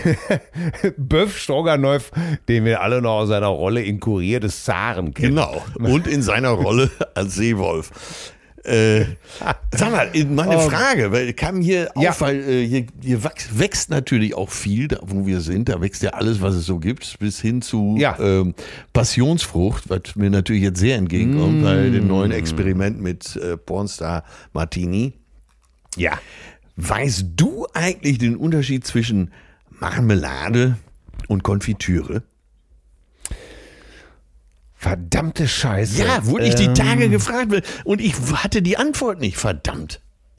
Bœuf Stroganoff, den wir alle noch aus seiner Rolle in Kurier des Zaren kennen. Genau. Und in seiner Rolle als Seewolf. Äh, sag mal, meine Oh. Frage, weil kam hier Ja. auf, weil äh, hier, hier wächst, wächst natürlich auch viel, da wo wir sind, da wächst ja alles, was es so gibt, bis hin zu Ja. ähm, Passionsfrucht, was mir natürlich jetzt sehr entgegenkommt, bei dem neuen Experiment mit äh, Pornstar Martini. Ja. Weißt du eigentlich den Unterschied zwischen Marmelade und Konfitüre? Verdammte Scheiße. Ja, wurde ich die Ähm, Tage gefragt und ich hatte die Antwort nicht, verdammt.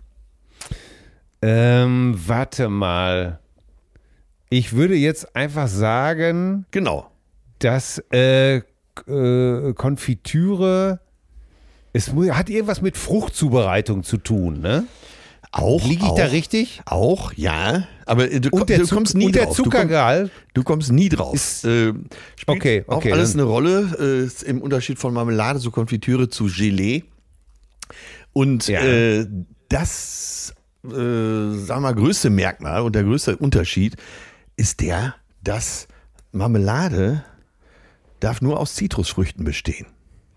Ähm, warte mal. Ich würde jetzt einfach sagen, Genau. dass äh, äh, Konfitüre, es mu- hat irgendwas mit Fruchtzubereitung zu tun, ne? Auch. Liege ich auch, da richtig? Auch, ja. Aber äh, du, komm, Und der, du Zuck- kommst nie und der drauf. Du, komm, Zuckergehalt? du kommst nie drauf. Ist- äh, spielt Okay, auch okay, alles dann- eine Rolle, äh, im Unterschied von Marmelade zu Konfitüre zu Gelee. Und Ja. äh, das, äh, sagen wir mal, größte Merkmal und der größte Unterschied ist der, dass Marmelade darf nur aus Zitrusfrüchten bestehen.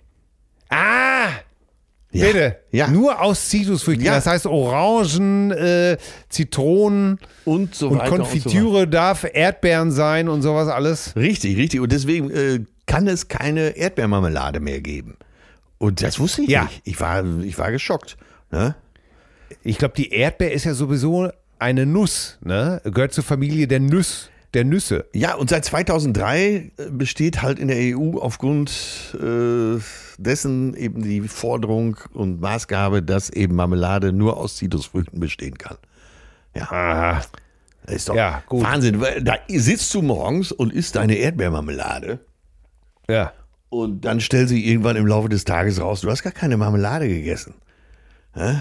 Ah! Ja. Bitte. Ja. Nur aus Zitrusfrüchten. Ja. Das heißt Orangen, äh, Zitronen Und so und weiter. und so weiter. Konfitüre darf Erdbeeren sein und sowas alles. Richtig, richtig. Und deswegen äh, kann es keine Erdbeermarmelade mehr geben. Und das wusste ich Ja. nicht. Ich war, ich war geschockt. Ne? Ich glaube, die Erdbeer ist ja sowieso eine Nuss, ne? Gehört zur Familie der Nüsse. Der Nüsse. Ja, und seit zweitausenddrei besteht halt in der E U aufgrund äh, dessen eben die Forderung und Maßgabe, dass eben Marmelade nur aus Zitrusfrüchten bestehen kann. Ja, Aha. das ist doch Ja, gut. Wahnsinn. Weil Da sitzt du morgens und isst deine Erdbeermarmelade Ja. und dann stellt sich irgendwann im Laufe des Tages raus, du hast gar keine Marmelade gegessen. Ja.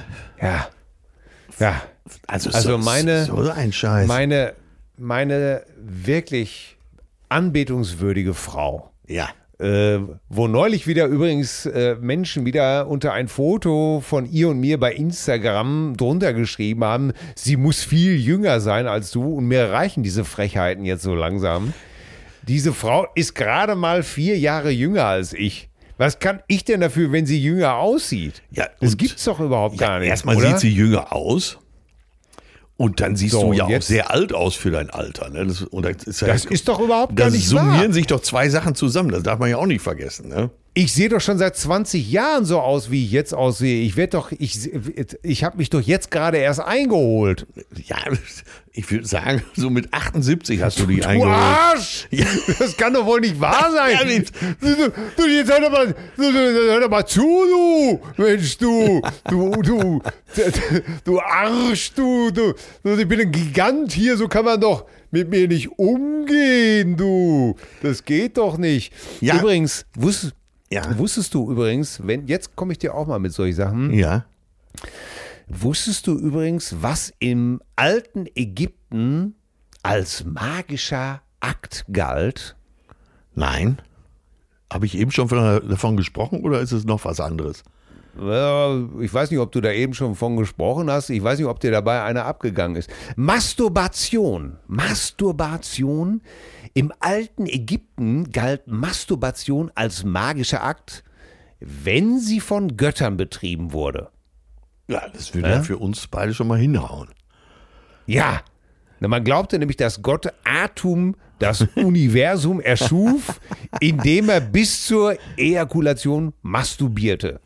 Ja. Also, Also so, meine- so ein Scheiß. Meine, meine wirklich anbetungswürdige Frau, ja. äh, wo neulich wieder übrigens äh, Menschen wieder unter ein Foto von ihr und mir bei Instagram drunter geschrieben haben, sie muss viel jünger sein als du und mir reichen diese Frechheiten jetzt so langsam. Diese Frau ist gerade mal vier Jahre jünger als ich. Was kann ich denn dafür, wenn sie jünger aussieht? Ja, das und- gibt's doch überhaupt gar nicht. Erstmal oder? sieht sie jünger aus. Und dann siehst So, du ja und auch jetzt- sehr alt aus für dein Alter. Ne? Das, und das ist, ja, Das ist doch überhaupt da gar nicht summieren wahr. sich doch zwei Sachen zusammen. Das darf man ja auch nicht vergessen. Ne? Ich sehe doch schon seit zwanzig Jahren so aus, wie ich jetzt aussehe. Ich werde doch, ich, ich habe mich doch jetzt gerade erst eingeholt. Ja, ich würde sagen, so mit achtundsiebzig hast du die Du eingeholt. Arsch! Ja. Das kann doch wohl nicht wahr sein. Ja, nicht. du, du, du, jetzt hör doch mal, du, du, hör doch mal zu, du. Mensch, du, du, du, du Arsch, du, du, du, ich bin ein Gigant hier, so kann man doch mit mir nicht umgehen, du. Das geht doch nicht. Ja. Übrigens, wusstest, Ja. wusstest du übrigens, wenn, jetzt komme ich dir auch mal mit solchen Sachen. Ja. Wusstest du übrigens, was im alten Ägypten als magischer Akt galt? Nein. Habe ich eben schon von, davon gesprochen oder ist es noch was anderes? Ich weiß nicht, ob du da eben schon von gesprochen hast. Ich weiß nicht, ob dir dabei einer abgegangen ist. Masturbation. Masturbation. Im alten Ägypten galt Masturbation als magischer Akt, wenn sie von Göttern betrieben wurde. Ja, das würde Äh? ja für uns beide schon mal hinhauen. Ja. Na, man glaubte nämlich, dass Gott Atum das Universum erschuf, indem er bis zur Ejakulation masturbierte.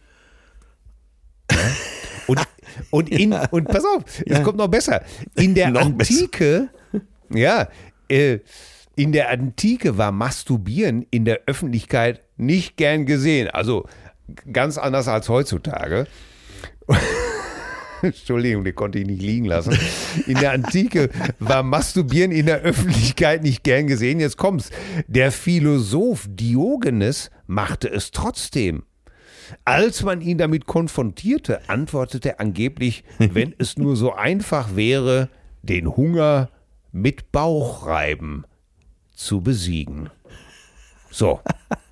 Und, und, in, und pass auf, es Ja. kommt noch besser. In der Noch Antike, ja, äh, in der Antike war Masturbieren in der Öffentlichkeit nicht gern gesehen. Also ganz anders als heutzutage. Entschuldigung, die konnte ich nicht liegen lassen. In der Antike war Masturbieren in der Öffentlichkeit nicht gern gesehen. Jetzt kommt's. Der Philosoph Diogenes machte es trotzdem. Als man ihn damit konfrontierte, antwortete er angeblich, wenn es nur so einfach wäre, den Hunger mit Bauchreiben zu besiegen. So.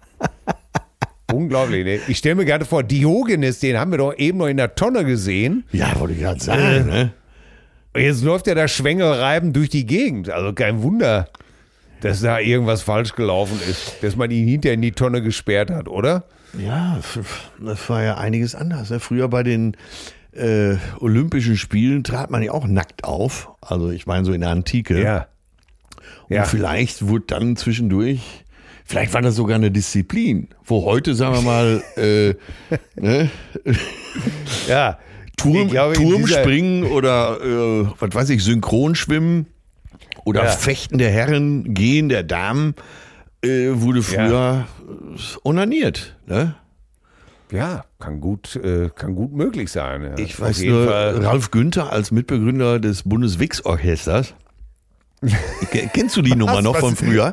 Unglaublich, ne? Ich stelle mir gerade vor, Diogenes, den haben wir doch eben noch in der Tonne gesehen. Ja, wollte ich gerade sagen. Äh. Ne? Und jetzt läuft er da schwängelreibend durch die Gegend. Also kein Wunder, dass da irgendwas falsch gelaufen ist, dass man ihn hinterher in die Tonne gesperrt hat, oder? Ja, f- das war ja einiges anders. Ne? Früher bei den äh, Olympischen Spielen trat man ja auch nackt auf. Also ich meine so in der Antike. Ja. Und Ja. vielleicht wurde dann zwischendurch, vielleicht war das sogar eine Disziplin, wo heute, sagen wir mal, äh, ne? Ja. Turm, Ich glaube, in dieser- Turmspringen oder äh, was weiß ich, Synchronschwimmen oder Ja. Fechten der Herren, Gehen der Damen, äh, wurde früher äh, onaniert. Ne? Ja, kann gut, äh, kann gut möglich sein. Ja. Ich Auf weiß jeden nur, Fall. Ralf Günther als Mitbegründer des Bundeswix-Orchesters. Ke- Kennst du die Nummer noch was? von früher?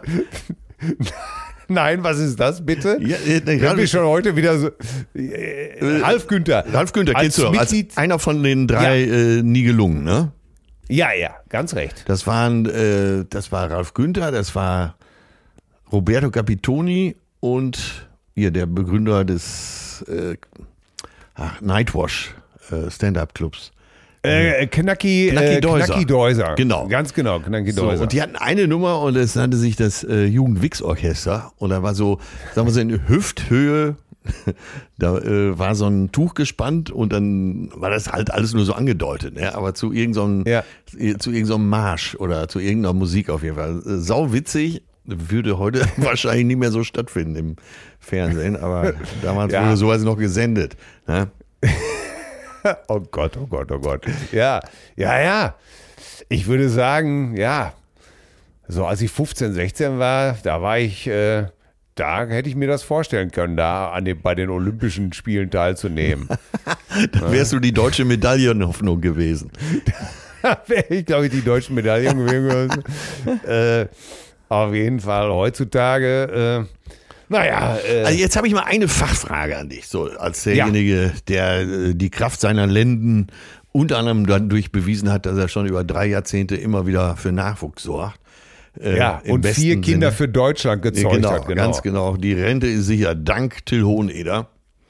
Nein, was ist das bitte? Ja, äh, Wenn wir Ralf, schon heute wieder so. Äh, Ralf Günther. Ralf Günther als kennst du doch, als Mitglied- einer von den drei äh, nie gelungen, ne? Ja, ja, ganz recht. Das waren, äh, das war Ralf Günther, das war Roberto Capitoni und hier der Begründer des äh, ach, Nightwash äh, Stand-Up-Clubs. Äh, Knacki, Knacki äh, Deuser. Knacki Deuser. Genau. Ganz genau, Knacki So, Deuser. und die hatten eine Nummer und es nannte sich das äh, Jugend-Wix-Orchester. Und da war so, sagen wir so, in Hüfthöhe, da äh, war so ein Tuch gespannt und dann war das halt alles nur so angedeutet. Ne? Aber zu irgendeinem Ja. zu irgendeinem Marsch oder zu irgendeiner Musik auf jeden Fall. Äh, Sau witzig, würde heute wahrscheinlich nicht mehr so stattfinden im Fernsehen, aber damals Ja. wurde sowas noch gesendet. Ne? Oh Gott, oh Gott, oh Gott. Ja, ja, ja. Ich würde sagen, ja, so als ich fünfzehn, sechzehn war, da war ich, äh, da hätte ich mir das vorstellen können, da an den, bei den Olympischen Spielen teilzunehmen. Dann wärst du die deutsche Medaillenhoffnung gewesen. Da wäre ich, glaube ich, die deutschen Medaillen gewesen. äh, auf jeden Fall heutzutage, äh, naja. Äh, Also jetzt habe ich mal eine Fachfrage an dich, so als derjenige, der äh, die Kraft seiner Lenden unter anderem dadurch bewiesen hat, dass er schon über drei Jahrzehnte immer wieder für Nachwuchs sorgt. Äh, ja, im und besten vier Kinder Sinne. für Deutschland gezeugt genau, hat. Genau. Ganz genau. Die Rente ist sicher dank Till Hoheneder.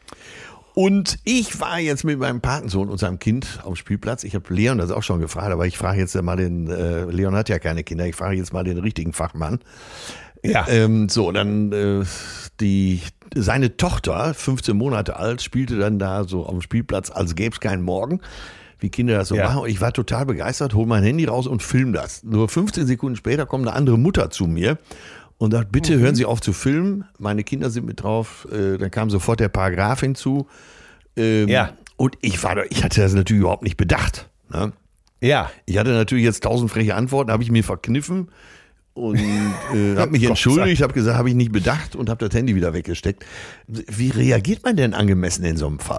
Und ich war jetzt mit meinem Patensohn und seinem Kind auf dem Spielplatz. Ich habe Leon das auch schon gefragt, aber ich frage jetzt mal den, äh, Leon hat ja keine Kinder, ich frage jetzt mal den richtigen Fachmann. Ja. Ähm, so, dann äh, die, seine Tochter, fünfzehn Monate alt, spielte dann da so auf dem Spielplatz, als gäbe es keinen Morgen, wie Kinder das so Ja. machen. Und ich war total begeistert, hol mein Handy raus und film das. Nur fünfzehn Sekunden später kommt eine andere Mutter zu mir und sagt, bitte hören Sie auf zu filmen, meine Kinder sind mit drauf. Äh, dann kam sofort der Paragraph hinzu. Ähm, Ja. Und ich war, ich hatte das natürlich überhaupt nicht bedacht. Ne? Ja. Ich hatte natürlich jetzt tausend freche Antworten, habe ich mir verkniffen und äh, habe mich Gott entschuldigt, habe gesagt, habe ich nicht bedacht und habe das Handy wieder weggesteckt. Wie reagiert man denn angemessen in so einem Fall?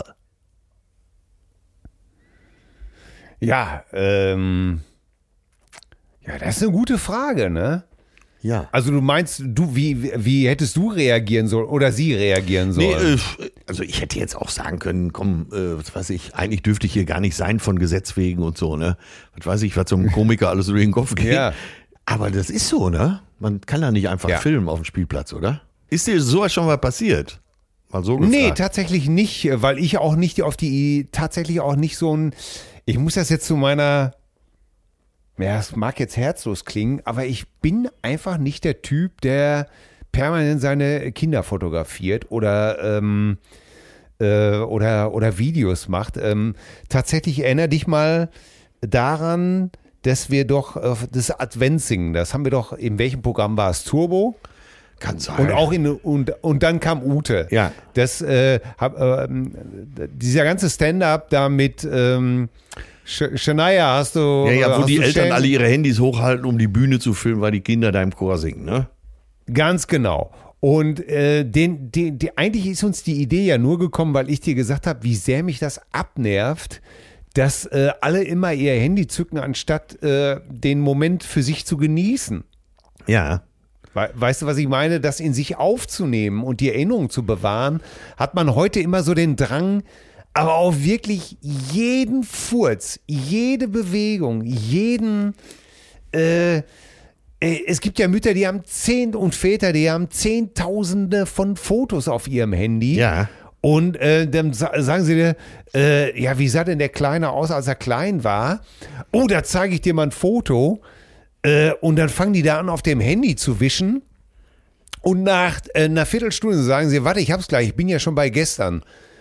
Ja, ähm, ja, das ist eine gute Frage, ne? Ja. Also du meinst, du, wie, wie hättest du reagieren sollen oder sie reagieren Nee, sollen? äh, also ich hätte jetzt auch sagen können, komm, äh, was weiß ich, eigentlich dürfte ich hier gar nicht sein von Gesetz wegen und so, ne? Was weiß ich, was so einem Komiker alles durch den Kopf geht. Ja. Aber das ist so, ne? Man kann da nicht einfach Ja. filmen auf dem Spielplatz, oder? Ist dir sowas schon mal passiert? Mal so gefragt. Nee, tatsächlich nicht, weil ich auch nicht auf die, tatsächlich auch nicht so ein, ich muss das jetzt zu meiner, ja, es mag jetzt herzlos klingen, aber ich bin einfach nicht der Typ, der permanent seine Kinder fotografiert oder, ähm, äh, oder, oder Videos macht. Ähm, tatsächlich erinnere dich mal daran, dass wir doch äh, das Adventssingen, das haben wir doch, in welchem Programm war es? Turbo? Kann sein. Und auch in und, und dann kam Ute. Ja. Das äh, hab, ähm, dieser ganze Stand-up da mit ähm, Sh- Shania hast du. Ja, ja, wo hast die du Eltern Stellen- alle ihre Handys hochhalten, um die Bühne zu filmen, weil die Kinder da im Chor singen, ne? Ganz genau. Und äh, den, den, die, eigentlich ist uns die Idee ja nur gekommen, weil ich dir gesagt habe, wie sehr mich das abnervt, dass äh, alle immer ihr Handy zücken, anstatt äh, den Moment für sich zu genießen. Ja. We- Weißt du, was ich meine? Das in sich aufzunehmen und die Erinnerung zu bewahren, hat man heute immer so den Drang, aber auch wirklich jeden Furz, jede Bewegung, jeden, äh, äh, es gibt ja Mütter, die haben zehn und Väter, die haben Zehntausende von Fotos auf ihrem Handy. Ja. Und äh, dann sa- sagen sie dir, äh, ja, wie sah denn der Kleine aus, als er klein war? Oh, da zeige ich dir mal ein Foto. Äh, und dann fangen die da an, auf dem Handy zu wischen. Und nach äh, einer Viertelstunde sagen sie, warte, ich hab's gleich, ich bin ja schon bei gestern.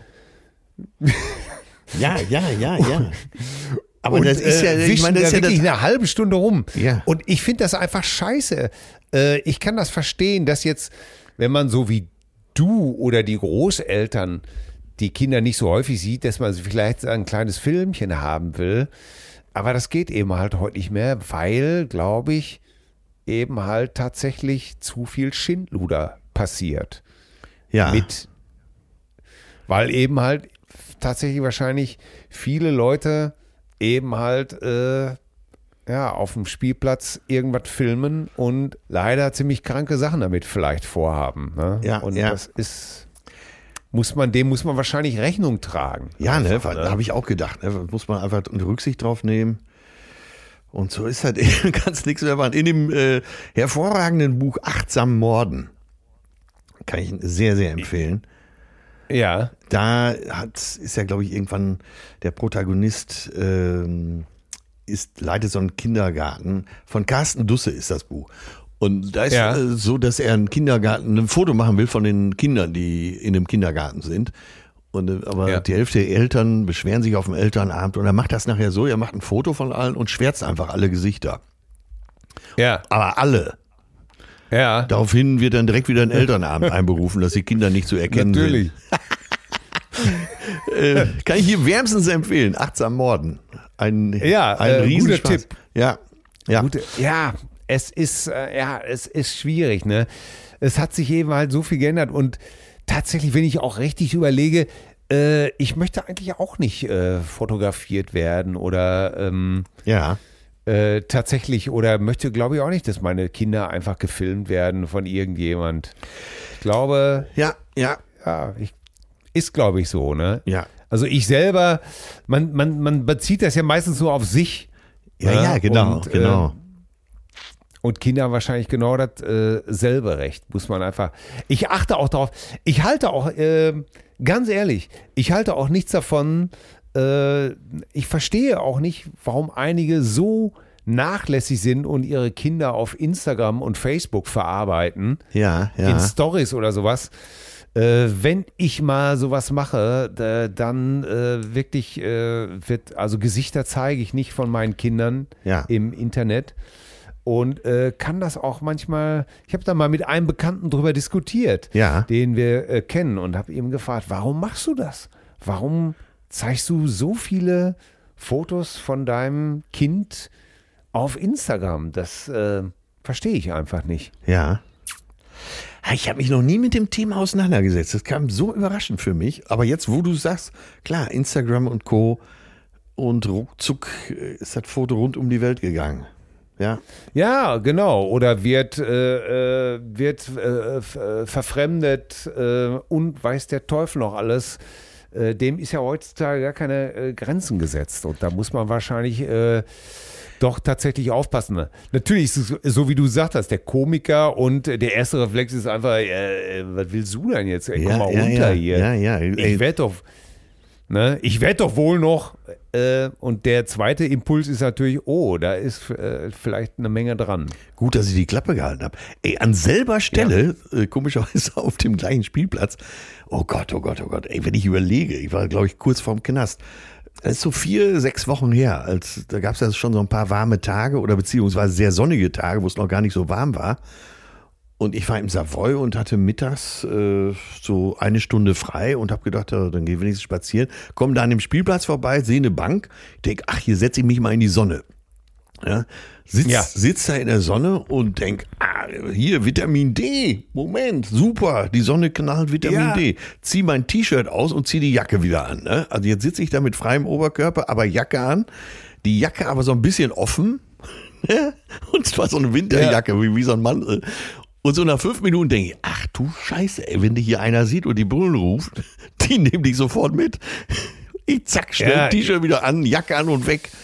Ja, ja, ja, ja. Aber Und, das ist ja, äh, ich wischen meine, das ist da ja das, wirklich eine halbe Stunde rum. Ja. Und ich finde das einfach scheiße. Äh, ich kann das verstehen, dass jetzt, wenn man so wie du oder die Großeltern die Kinder nicht so häufig sieht, dass man vielleicht ein kleines Filmchen haben will. Aber das geht eben halt heute nicht mehr, weil, glaube ich, eben halt tatsächlich zu viel Schindluder passiert. ja. Mit, weil eben halt tatsächlich wahrscheinlich viele Leute eben halt äh, ja, auf dem Spielplatz irgendwas filmen und leider ziemlich kranke Sachen damit vielleicht vorhaben. Ne? Ja, und ja. das ist, muss man, dem muss man wahrscheinlich Rechnung tragen. Ja, ne, Einfach, da habe ich auch gedacht, ne, muss man einfach eine Rücksicht drauf nehmen. Und so ist halt eben ganz nichts mehr. In dem äh, hervorragenden Buch Achtsam Morden, kann ich sehr, sehr empfehlen. Ja, Da hat, ist ja, glaube ich, irgendwann der Protagonist ähm, ist, leitet so einen Kindergarten. Von Carsten Dusse ist das Buch. Und da ist Ja. äh, so, dass er einen Kindergarten, ein Foto machen will von den Kindern, die in dem Kindergarten sind. Und, äh, aber Ja. die Hälfte der Eltern beschweren sich auf dem Elternabend und er macht das nachher so, er macht ein Foto von allen und schwärzt einfach alle Gesichter. ja, Aber alle. ja. Daraufhin wird dann direkt wieder ein Elternabend einberufen, dass die Kinder nicht zu erkennen Natürlich. sind. Äh, kann ich hier wärmstens empfehlen. Achtsam Morden. Ein, Ja, ein äh, Riesenspaß. guter Tipp. Ja, ja. Gute, ja, es ist, äh, ja, es ist schwierig, ne? Es hat sich eben halt so viel geändert und tatsächlich, wenn ich auch richtig überlege, äh, ich möchte eigentlich auch nicht äh, fotografiert werden oder ähm, ja. äh, tatsächlich oder möchte, glaube ich, auch nicht, dass meine Kinder einfach gefilmt werden von irgendjemand. Ich glaube, Ja, ja, ja, ich, ist, glaube ich, so, ne? ja. Also ich selber, man, man, man bezieht das ja meistens nur auf sich. Ja, ne? ja, genau, Und, genau. Äh, Und Kinder haben wahrscheinlich genau das äh, selbe Recht, muss man einfach. Ich achte auch darauf. Ich halte auch, äh, ganz ehrlich, ich halte auch nichts davon. Äh, ich verstehe auch nicht, warum einige so nachlässig sind und ihre Kinder auf Instagram und Facebook verarbeiten, Ja, in ja. Stories oder sowas. Äh, wenn ich mal sowas mache, da, dann äh, wirklich äh, wird, also Gesichter zeige ich nicht von meinen Kindern Ja. im Internet. und äh, kann das auch manchmal, ich habe da mal mit einem Bekannten drüber diskutiert, Ja. den wir äh, kennen und habe ihm gefragt, warum machst du das? Warum zeigst du so viele Fotos von deinem Kind auf Instagram? Das äh, verstehe ich einfach nicht. Ja. Ich habe mich noch nie mit dem Thema auseinandergesetzt. Das kam so überraschend für mich. Aber jetzt, wo du sagst, klar, Instagram und Co. und ruckzuck ist das Foto rund um die Welt gegangen. Ja. Ja, genau. Oder wird, äh, wird äh, verfremdet äh, und weiß der Teufel noch alles. Äh, dem ist ja heutzutage gar keine äh, Grenzen gesetzt. Und da muss man wahrscheinlich äh, doch tatsächlich aufpassen. Natürlich ist es so, wie du gesagt hast, der Komiker und der erste Reflex ist einfach, äh, was willst du denn jetzt? Ey, komm Ja, mal ja, runter ja, hier. ja, ja. Ich werde doch, ne, ich werde doch wohl noch. Äh, und der zweite Impuls ist natürlich, oh, da ist äh, vielleicht eine Menge dran. Gut, dass ich die Klappe gehalten habe. Ey, an selber Stelle, ja. äh, komischerweise auf dem gleichen Spielplatz. Oh Gott, oh Gott, oh Gott. Ey, wenn ich überlege, ich war, glaube ich, kurz vorm Knast. Das ist so vier, sechs Wochen her. Als, da gab es ja schon so ein paar warme Tage oder beziehungsweise sehr sonnige Tage, wo es noch gar nicht so warm war. Und ich war im Savoy und hatte mittags äh, so eine Stunde frei und habe gedacht, ja, dann gehe ich wenigstens spazieren. Komme da an dem Spielplatz vorbei, sehe eine Bank. Ich denke, ach, hier setze ich mich mal in die Sonne. Ja, sitz, Ja. sitz da in der Sonne und denk, ah, hier Vitamin D. Moment, super, die Sonne knallt Vitamin Ja. D. Zieh mein T-Shirt aus und zieh die Jacke wieder an. Ne? Also jetzt sitze ich da mit freiem Oberkörper, aber Jacke an. Die Jacke aber so ein bisschen offen. Und zwar so eine Winterjacke, wie, wie so ein Mantel. Und so nach fünf Minuten denke ich, ach du Scheiße, ey, wenn dich hier einer sieht und die Bullen ruft, die nehmen dich sofort mit. Ich zack, schnell Ja. T-Shirt wieder an, Jacke an und weg.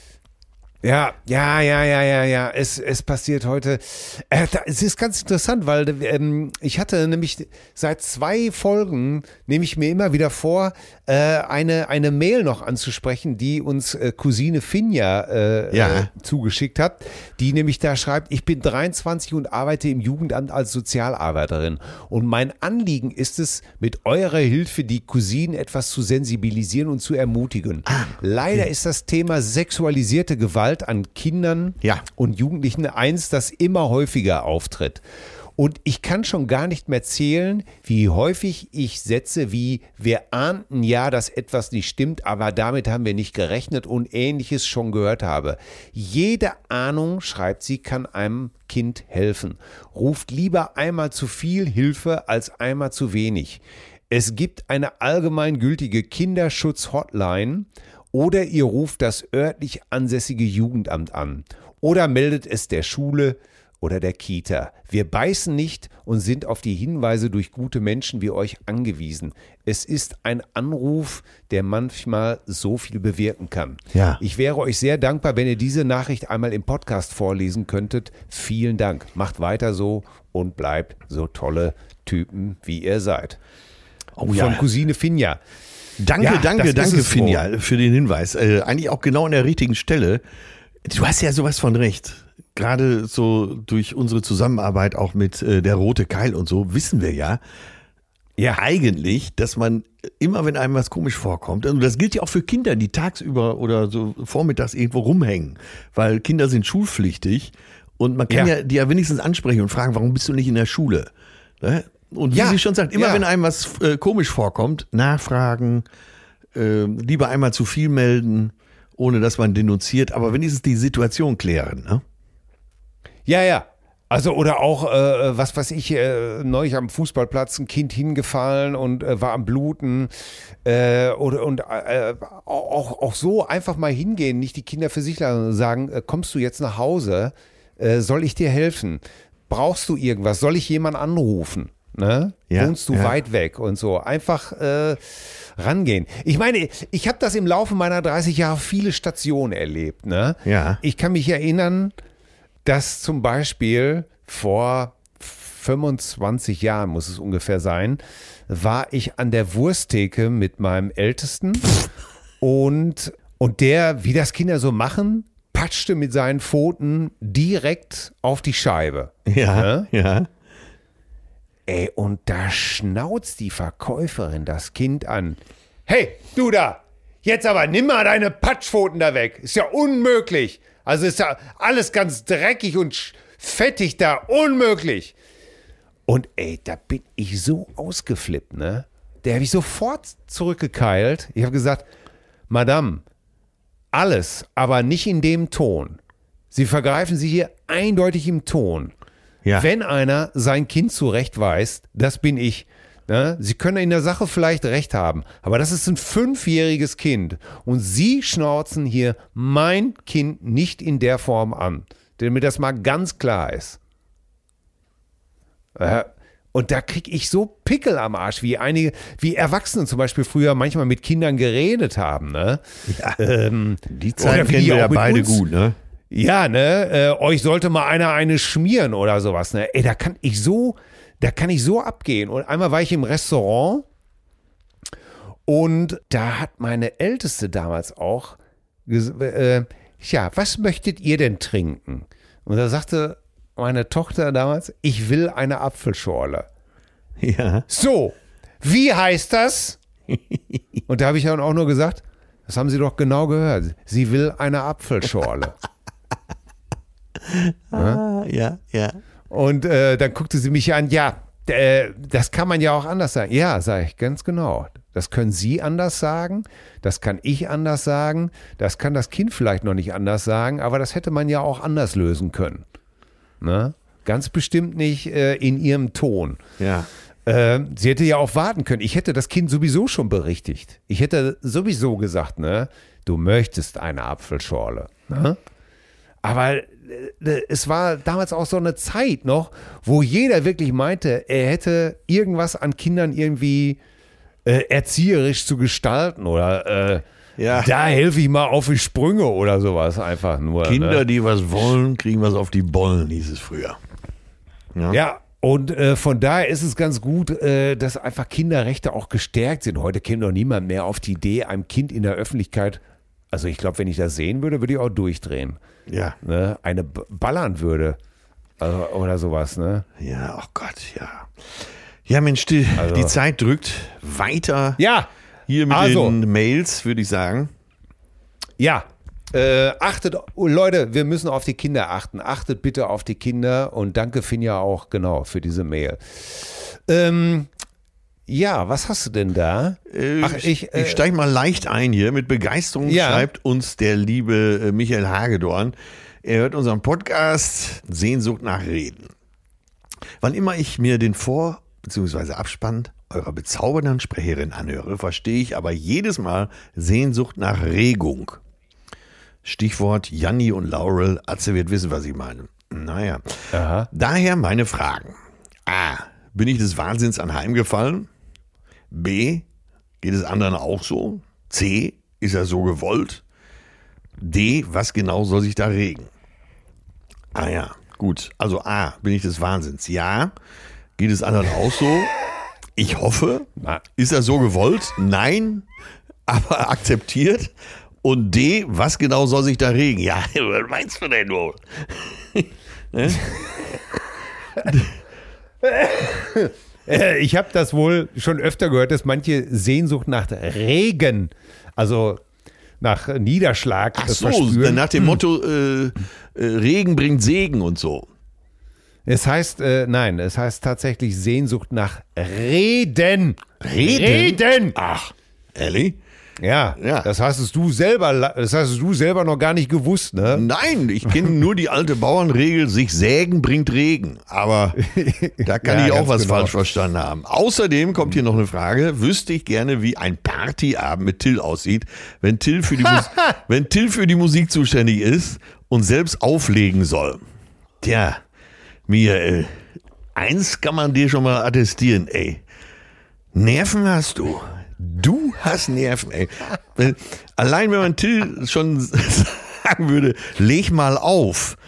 Ja, ja, ja, ja, ja, ja. Es, es passiert heute. Äh, da, es ist ganz interessant, weil ähm, ich hatte nämlich seit zwei Folgen, nehme ich mir immer wieder vor, äh, eine, eine Mail noch anzusprechen, die uns äh, Cousine Finja äh, Ja. äh, zugeschickt hat, die nämlich da schreibt, ich bin dreiundzwanzig und arbeite im Jugendamt als Sozialarbeiterin. Und mein Anliegen ist es, mit eurer Hilfe die Cousinen etwas zu sensibilisieren und zu ermutigen. Leider ist das Thema sexualisierte Gewalt an Kindern Ja. und Jugendlichen eins, das immer häufiger auftritt. Und ich kann schon gar nicht mehr zählen, wie häufig ich Sätze wie wir ahnten ja, dass etwas nicht stimmt, aber damit haben wir nicht gerechnet und Ähnliches schon gehört habe. Jede Ahnung, schreibt sie, kann einem Kind helfen. Ruft lieber einmal zu viel Hilfe als einmal zu wenig. Es gibt eine allgemeingültige Kinderschutz-Hotline oder ihr ruft das örtlich ansässige Jugendamt an oder meldet es der Schule oder der Kita. Wir beißen nicht und sind auf die Hinweise durch gute Menschen wie euch angewiesen. Es ist ein Anruf, der manchmal so viel bewirken kann. Ja. Ich wäre euch sehr dankbar, wenn ihr diese Nachricht einmal im Podcast vorlesen könntet. Vielen Dank. Macht weiter so und bleibt so tolle Typen, wie ihr seid. Oh ja. Von Cousine Finja. Danke, Ja, danke, das ist danke, es Finja, für den Hinweis. Äh, eigentlich auch genau an der richtigen Stelle. Du hast ja sowas von recht. Gerade so durch unsere Zusammenarbeit auch mit äh, der Rote Keil und so, wissen wir ja, Ja. eigentlich, dass man immer, wenn einem was komisch vorkommt, und das gilt ja auch für Kinder, die tagsüber oder so vormittags irgendwo rumhängen, weil Kinder sind schulpflichtig und man kann ja, Ja. die ja wenigstens ansprechen und fragen, warum bist du nicht in der Schule? Ne? Und wie Ja. sie schon sagt, immer Ja. wenn einem was äh, komisch vorkommt, nachfragen, äh, lieber einmal zu viel melden, ohne dass man denunziert, aber wenigstens die Situation klären. Ne? Ja, ja. Also oder auch, äh, was weiß ich, äh, neulich am Fußballplatz ein Kind hingefallen und äh, war am Bluten. Äh, oder, und äh, auch, auch so einfach mal hingehen, nicht die Kinder für sich lassen und sagen, äh, kommst du jetzt nach Hause, äh, soll ich dir helfen? Brauchst du irgendwas? Soll ich jemanden anrufen? Ne? Ja, Wohnst du ja. weit weg und so. Einfach äh, rangehen. Ich meine, ich habe das im Laufe meiner dreißig Jahre viele Stationen erlebt. Ne? Ja. Ich kann mich erinnern, dass zum Beispiel vor fünfundzwanzig Jahren, muss es ungefähr sein, war ich an der Wursttheke mit meinem Ältesten und, und der, wie das Kinder so machen, patschte mit seinen Pfoten direkt auf die Scheibe. Ja, Ne? ja. Ey, und da schnauzt die Verkäuferin das Kind an. Hey, du da, jetzt aber nimm mal deine Patschpfoten da weg. Ist ja unmöglich. Also ist ja alles ganz dreckig und fettig da, unmöglich. Und ey, da bin ich so ausgeflippt, ne? Der habe ich sofort zurückgekeilt. Ich habe gesagt, Madame, alles, aber nicht in dem Ton. Sie vergreifen sich hier eindeutig im Ton. Ja. Wenn einer sein Kind zurechtweist, das bin ich. Ne? Sie können in der Sache vielleicht recht haben, aber das ist ein fünfjähriges Kind und Sie schnauzen hier mein Kind nicht in der Form an, damit das mal ganz klar ist. Äh, Und da kriege ich so Pickel am Arsch, wie einige, wie Erwachsene zum Beispiel früher manchmal mit Kindern geredet haben. Ne? Ja, ähm, die Zeit wie kennen wir auch ja mit beide uns. gut, ne? Ja, ne? Äh, euch sollte mal einer eine schmieren oder sowas. Ne? Ey, da kann ich so, da kann ich so abgehen. Und einmal war ich im Restaurant und da hat meine Älteste damals auch gesagt, äh, ja, was möchtet ihr denn trinken? Und da sagte meine Tochter damals, ich will eine Apfelschorle. Ja. So, wie heißt das? Und da habe ich dann auch nur gesagt, das haben Sie doch genau gehört. Sie will eine Apfelschorle. Ah, ja, ja. Und äh, dann guckte sie mich an, ja, äh, das kann man ja auch anders sagen. Ja, sage ich, ganz genau. Das können Sie anders sagen, das kann ich anders sagen, das kann das Kind vielleicht noch nicht anders sagen, aber das hätte man ja auch anders lösen können. Ne? Ganz bestimmt nicht äh, in ihrem Ton. Ja. Äh, sie hätte ja auch warten können. Ich hätte das Kind sowieso schon berichtigt. Ich hätte sowieso gesagt, ne, du möchtest eine Apfelschorle. Ne? Aber äh, es war damals auch so eine Zeit noch, wo jeder wirklich meinte, er hätte irgendwas an Kindern irgendwie äh, erzieherisch zu gestalten oder äh, Ja. da helfe ich mal auf die Sprünge oder sowas einfach nur. Kinder, ne? die was wollen, kriegen was auf die Bollen, hieß es früher. Ja. Ja, und äh, von daher ist es ganz gut, äh, dass einfach Kinderrechte auch gestärkt sind. Heute käme doch niemand mehr auf die Idee, einem Kind in der Öffentlichkeit, also ich glaube, wenn ich das sehen würde, würde ich auch durchdrehen. Ja. Ne? Eine b- ballern würde also, oder sowas. Ne? Ja, oh Gott, ja. Ja, Mensch, die, Also- die Zeit drückt weiter. Ja, Hier mit also. den Mails, würde ich sagen. ja. Äh, achtet, oh, Leute, wir müssen auf die Kinder achten. Achtet bitte auf die Kinder und danke Finja auch, genau, für diese Mail. Ähm, ja, was hast du denn da? Äh, Ach, ich ich, äh, ich steige mal leicht ein hier. Mit Begeisterung Ja. schreibt uns der liebe äh, Michael Hagedorn. Er hört unseren Podcast Sehnsucht nach Reden. Wann immer ich mir den Vor- bzw. Abspann eurer bezaubernden Sprecherin anhöre, verstehe ich aber jedes Mal Sehnsucht nach Regung. Stichwort Janni und Laurel. Atze wird wissen, was ich meine. Naja. Aha. Daher meine Fragen. A. Bin ich des Wahnsinns anheimgefallen? B. Geht es anderen auch so? C. Ist er so gewollt? D. Was genau soll sich da regen? Ah ja, gut. Also A. Bin ich des Wahnsinns? Ja. Geht es anderen auch so? Ich hoffe. Na. Ist er so gewollt? Nein. Aber akzeptiert? Und D. Was genau soll sich da regen? Ja, was meinst du denn wohl? Ne? Äh, ich habe das wohl schon öfter gehört, dass manche Sehnsucht nach Regen, also nach Niederschlag Ach äh, so, verspüren. nach dem Motto, äh, äh, Regen bringt Segen und so. Es heißt, äh, nein, es heißt tatsächlich Sehnsucht nach Reden. Reden? Reden. Ach, ehrlich? Ja, Ja. das hast es du selber, das hast du selber noch gar nicht gewusst, ne? Nein, ich kenne nur die alte Bauernregel, sich sägen bringt Regen. Aber da kann Ja, ich auch ganz was genau. falsch verstanden haben. Außerdem kommt hier noch eine Frage. Wüsste ich gerne, wie ein Partyabend mit Till aussieht, wenn Till für die, Mus- wenn Till für die Musik zuständig ist und selbst auflegen soll. Tja, Michael, eins kann man dir schon mal attestieren, ey. Nerven hast du. Du hast Nerven, ey. Wenn, allein wenn man Till schon sagen würde, leg mal auf,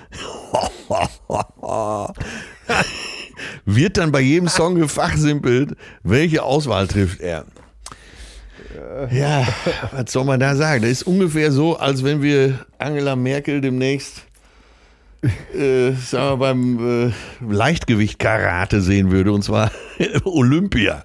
wird dann bei jedem Song gefachsimpelt, welche Auswahl trifft er. Ja, was soll man da sagen? Das ist ungefähr so, als wenn wir Angela Merkel demnächst äh, sagen wir, beim äh, Leichtgewicht-Karate sehen würde, und zwar Olympia.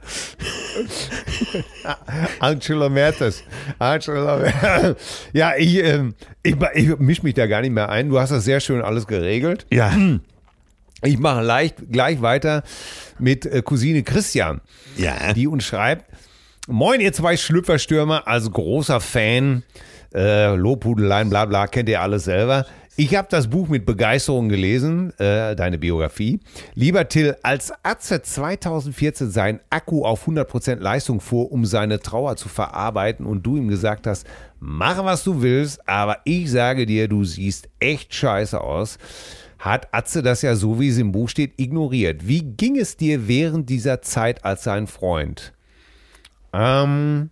Angela Mertes. Angela Mertes. Ja, ich, ähm, ich, ich mische mich da gar nicht mehr ein. Du hast das sehr schön alles geregelt. Ja. Ich mache leicht, gleich weiter mit äh, Cousine Christian, Ja. die uns schreibt: Moin, ihr zwei Schlüpferstürmer, also großer Fan, äh, Lobhudeleien, bla bla, kennt ihr alles selber. Ich habe das Buch mit Begeisterung gelesen, äh, deine Biografie. Lieber Till, als Atze zweitausendvierzehn seinen Akku auf hundert Prozent Leistung fuhr, um seine Trauer zu verarbeiten und du ihm gesagt hast, mach was du willst, aber ich sage dir, du siehst echt scheiße aus, hat Atze das ja so, wie es im Buch steht, ignoriert. Wie ging es dir während dieser Zeit als sein Freund? Ähm,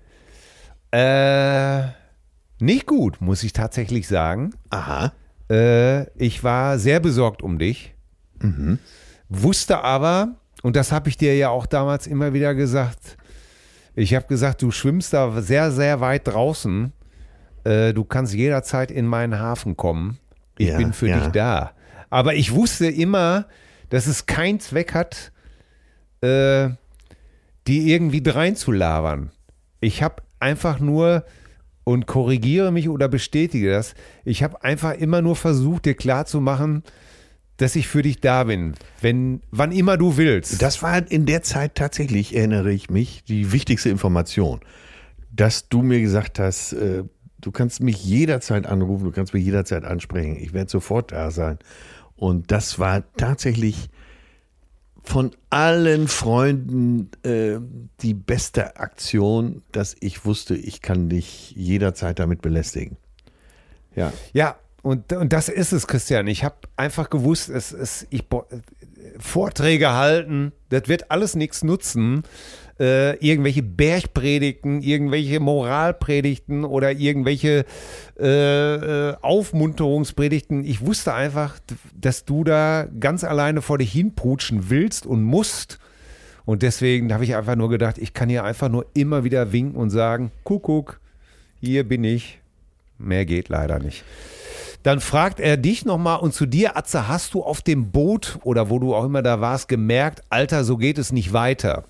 äh... Nicht gut, muss ich tatsächlich sagen. Aha. Äh, ich war sehr besorgt um dich, Mhm. wusste aber, und das habe ich dir ja auch damals immer wieder gesagt, ich habe gesagt, du schwimmst da sehr, sehr weit draußen. Äh, du kannst jederzeit in meinen Hafen kommen. Ich Ja, bin für ja. dich da. Aber ich wusste immer, dass es keinen Zweck hat, äh, die irgendwie dreinzulabern. Ich habe einfach nur... Und korrigiere mich oder bestätige das. Ich habe einfach immer nur versucht, dir klarzumachen, dass ich für dich da bin, wenn, wann immer du willst. Das war in der Zeit tatsächlich, erinnere ich mich, die wichtigste Information, dass du mir gesagt hast, äh, du kannst mich jederzeit anrufen, du kannst mich jederzeit ansprechen, ich werde sofort da sein. Und das war tatsächlich von allen Freunden äh, die beste Aktion, dass ich wusste, ich kann dich jederzeit damit belästigen. Ja. Ja, und, und das ist es, Christian. Ich habe einfach gewusst, es, es, ich, Vorträge halten, das wird alles nichts nutzen. Äh, irgendwelche Bergpredigten, irgendwelche Moralpredigten oder irgendwelche äh, äh, Aufmunterungspredigten. Ich wusste einfach, dass du da ganz alleine vor dich hinputschen willst und musst. Und deswegen habe ich einfach nur gedacht, ich kann hier einfach nur immer wieder winken und sagen, Kuckuck, hier bin ich. Mehr geht leider nicht. Dann fragt er dich nochmal und zu dir, Atze, hast du auf dem Boot oder wo du auch immer da warst, gemerkt, Alter, so geht es nicht weiter?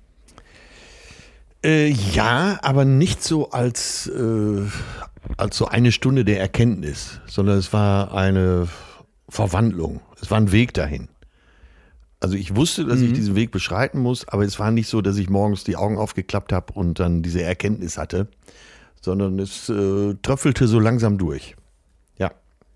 Äh, ja, aber nicht so als, äh, als so eine Stunde der Erkenntnis, sondern es war eine Verwandlung. Es war ein Weg dahin. Also ich wusste, dass Mhm. ich diesen Weg beschreiten muss, aber es war nicht so, dass ich morgens die Augen aufgeklappt habe und dann diese Erkenntnis hatte, sondern es äh, tröpfelte so langsam durch. Ja.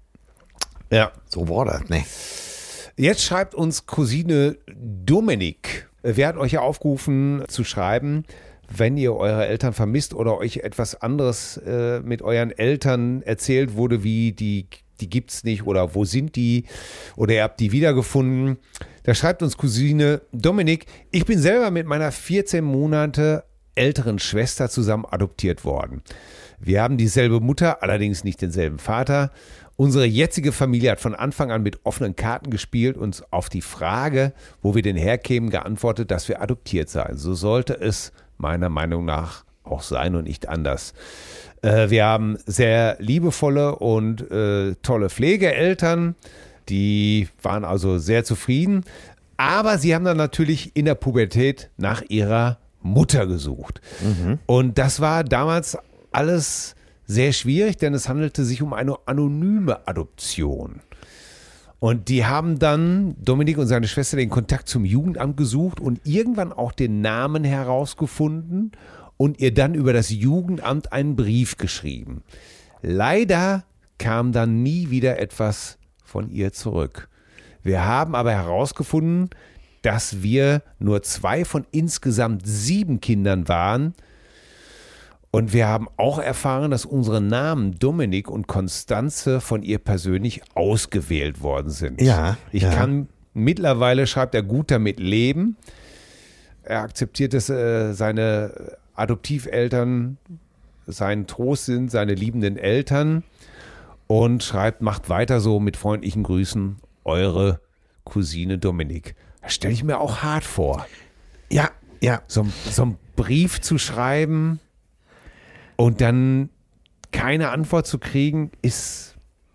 Ja. So war das, ne? Jetzt schreibt uns Cousine Dominik. Wir hatten euch ja aufgerufen zu schreiben, wenn ihr eure Eltern vermisst oder euch etwas anderes äh, mit euren Eltern erzählt wurde, wie die, die gibt's nicht oder wo sind die oder ihr habt die wiedergefunden. Da schreibt uns Cousine Dominik, ich bin selber mit meiner vierzehn Monate älteren Schwester zusammen adoptiert worden. Wir haben dieselbe Mutter, allerdings nicht denselben Vater. Unsere jetzige Familie hat von Anfang an mit offenen Karten gespielt und auf die Frage, wo wir denn herkämen, geantwortet, dass wir adoptiert seien. So sollte es meiner Meinung nach auch sein und nicht anders. Äh, wir haben sehr liebevolle und äh, tolle Pflegeeltern, die waren also sehr zufrieden, aber sie haben dann natürlich in der Pubertät nach ihrer Mutter gesucht. Mhm. Und das war damals alles sehr schwierig, denn es handelte sich um eine anonyme Adoption. Und die haben dann, Dominik und seine Schwester, den Kontakt zum Jugendamt gesucht und irgendwann auch den Namen herausgefunden und ihr dann über das Jugendamt einen Brief geschrieben. Leider kam dann nie wieder etwas von ihr zurück. Wir haben aber herausgefunden, dass wir nur zwei von insgesamt sieben Kindern waren. Und wir haben auch erfahren, dass unsere Namen Dominik und Konstanze von ihr persönlich ausgewählt worden sind. Ja, ich ja. kann mittlerweile, schreibt er, gut damit leben. Er akzeptiert, dass äh, seine Adoptiveltern sein Trost sind, seine liebenden Eltern. Und schreibt, macht weiter so mit freundlichen Grüßen, eure Cousine Dominik. Das stelle ich mir auch hart vor. Ja, ja. So, so einen Brief zu schreiben und dann keine Antwort zu kriegen, ist,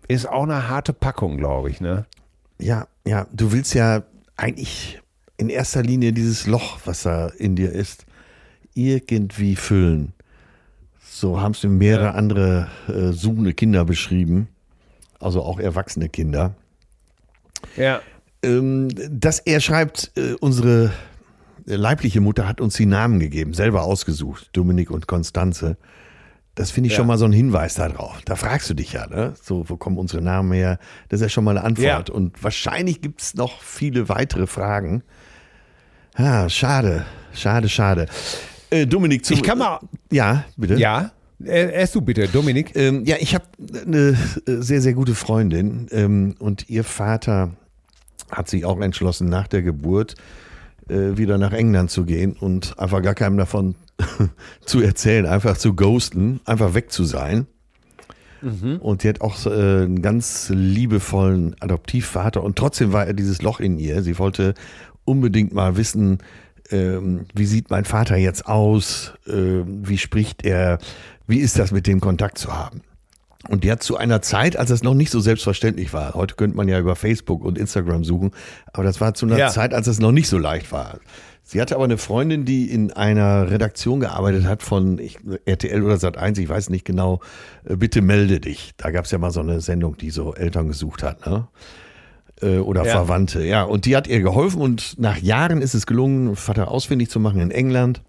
ist auch eine harte Packung, glaube ich, ne? Ja, ja, du willst ja eigentlich in erster Linie dieses Loch, was da in dir ist, irgendwie füllen. So haben es mehrere ja. andere äh, suchende Kinder beschrieben, also auch erwachsene Kinder. Ja. Ähm, dass er schreibt, äh, unsere leibliche Mutter hat uns die Namen gegeben, selber ausgesucht, Dominik und Konstanze. Das finde ich ja. schon mal so ein Hinweis darauf. Da fragst du dich ja, ne? So, wo kommen unsere Namen her? Das ist ja schon mal eine Antwort. Ja. Und wahrscheinlich gibt es noch viele weitere Fragen. Ja, schade, schade, schade. Äh, Dominik, zum, ich kann mal. Äh, ja, bitte. Ja, erst du bitte, Dominik. Ähm, ja, ich habe eine sehr, sehr gute Freundin ähm, und ihr Vater hat sich auch entschlossen, nach der Geburt äh, wieder nach England zu gehen und einfach gar keinem davon zu erzählen, einfach zu ghosten, einfach weg zu sein. Mhm. Und die hat auch äh, einen ganz liebevollen Adoptivvater und trotzdem war er dieses Loch in ihr. Sie wollte unbedingt mal wissen, ähm, wie sieht mein Vater jetzt aus, äh, wie spricht er, wie ist das mit dem Kontakt zu haben. Und die hat zu einer Zeit, als es noch nicht so selbstverständlich war, heute könnte man ja über Facebook und Instagram suchen, aber das war zu einer ja. Zeit, als es noch nicht so leicht war. Sie hatte aber eine Freundin, die in einer Redaktion gearbeitet hat von ich, R T L oder Sat eins, ich weiß nicht genau, bitte melde dich. Da gab es ja mal so eine Sendung, die so Eltern gesucht hat, ne? Oder ja. Verwandte. Ja, und die hat ihr geholfen und nach Jahren ist es gelungen, Vater ausfindig zu machen in England.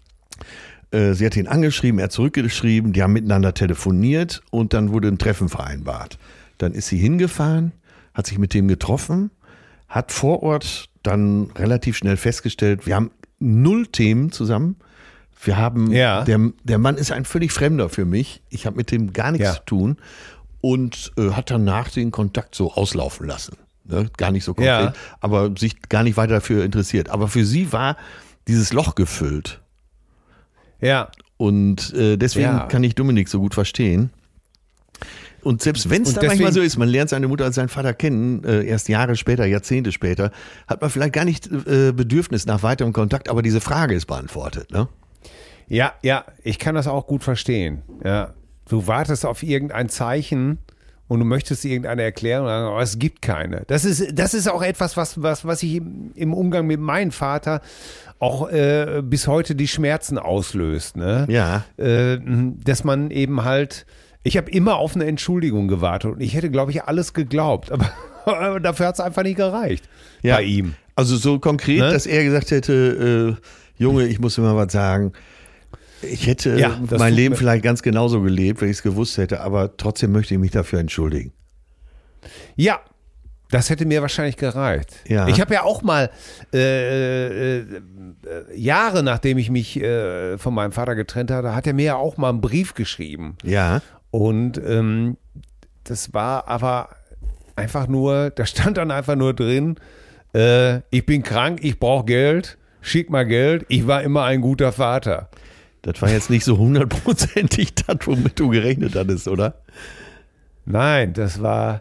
Sie hat ihn angeschrieben, er hat zurückgeschrieben, die haben miteinander telefoniert und dann wurde ein Treffen vereinbart. Dann ist sie hingefahren, hat sich mit dem getroffen, hat vor Ort dann relativ schnell festgestellt, wir haben null Themen zusammen. Wir haben, ja. der, der Mann ist ein völlig Fremder für mich. Ich habe mit dem gar nichts ja. zu tun und äh, hat danach den Kontakt so auslaufen lassen. Ne? Gar nicht so konkret, ja. aber sich gar nicht weiter dafür interessiert. Aber für sie war dieses Loch gefüllt. Ja. Und äh, deswegen ja. kann ich Dominik so gut verstehen. Und selbst wenn es dann manchmal so ist, man lernt seine Mutter als seinen Vater kennen, äh, erst Jahre später, Jahrzehnte später, hat man vielleicht gar nicht äh, Bedürfnis nach weiterem Kontakt, aber diese Frage ist beantwortet, ne? Ja, ja, ich kann das auch gut verstehen. Ja. Du wartest auf irgendein Zeichen und du möchtest irgendeine Erklärung, aber es gibt keine. Das ist, das ist auch etwas, was, was, was ich im Umgang mit meinem Vater auch äh, bis heute die Schmerzen auslöst. Ne? Ja. Äh, dass man eben halt, ich habe immer auf eine Entschuldigung gewartet und ich hätte, glaube ich, alles geglaubt, aber, aber dafür hat es einfach nicht gereicht ja. bei ihm. Also so konkret, ne? Dass er gesagt hätte, äh, Junge, ich muss dir mal was sagen. Ich hätte ja, mein Leben vielleicht ganz genauso gelebt, wenn ich es gewusst hätte, aber trotzdem möchte ich mich dafür entschuldigen. Ja, das hätte mir wahrscheinlich gereicht. Ja. Ich habe ja auch mal äh, äh, Jahre, nachdem ich mich äh, von meinem Vater getrennt hatte, hat er mir ja auch mal einen Brief geschrieben. Ja. Und ähm, das war aber einfach nur, da stand dann einfach nur drin, äh, ich bin krank, ich brauche Geld, schick mal Geld, ich war immer ein guter Vater. Das war jetzt nicht so hundertprozentig das, womit du gerechnet hattest, oder? Nein, das war,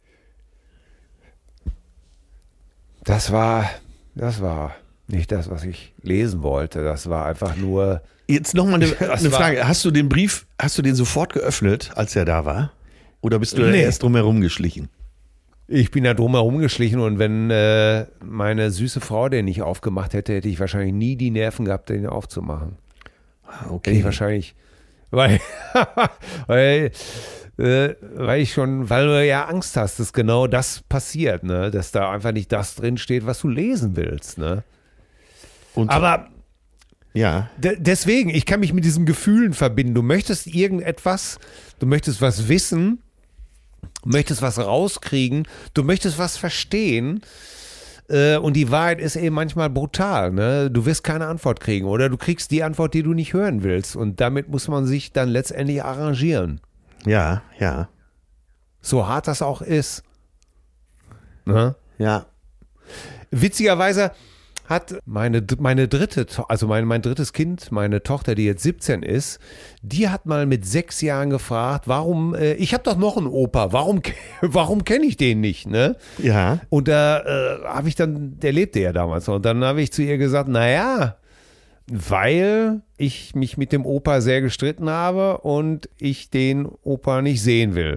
das war, das war nicht das, was ich lesen wollte. Das war einfach nur. Jetzt nochmal eine, eine Frage. Hast du den Brief, hast du den sofort geöffnet, als er da war? Oder bist du nee. da erst drumherum geschlichen? Ich bin da drumherum geschlichen und wenn äh, meine süße Frau den nicht aufgemacht hätte, hätte ich wahrscheinlich nie die Nerven gehabt, den aufzumachen. Okay. Hätte ich wahrscheinlich, weil, weil, äh, weil ich schon, weil du ja Angst hast, dass genau das passiert, ne? Dass da einfach nicht das drin steht, was du lesen willst, ne? Und, aber ja. D- deswegen, ich kann mich mit diesen Gefühlen verbinden. Du möchtest irgendetwas, du möchtest was wissen, du möchtest was rauskriegen, du möchtest was verstehen. Und die Wahrheit ist eben manchmal brutal. Ne? Du wirst keine Antwort kriegen oder du kriegst die Antwort, die du nicht hören willst. Und damit muss man sich dann letztendlich arrangieren. Ja, ja. So hart das auch ist. Ne? Ja. Witzigerweise hat meine, meine dritte, also mein, mein drittes Kind, meine Tochter, die jetzt siebzehn ist, die hat mal mit sechs Jahren gefragt, warum, äh, ich habe doch noch einen Opa, warum, warum kenne ich den nicht, ne? Ja. Und da äh, habe ich dann, der lebte ja damals noch, und dann habe ich zu ihr gesagt, naja, weil ich mich mit dem Opa sehr gestritten habe und ich den Opa nicht sehen will.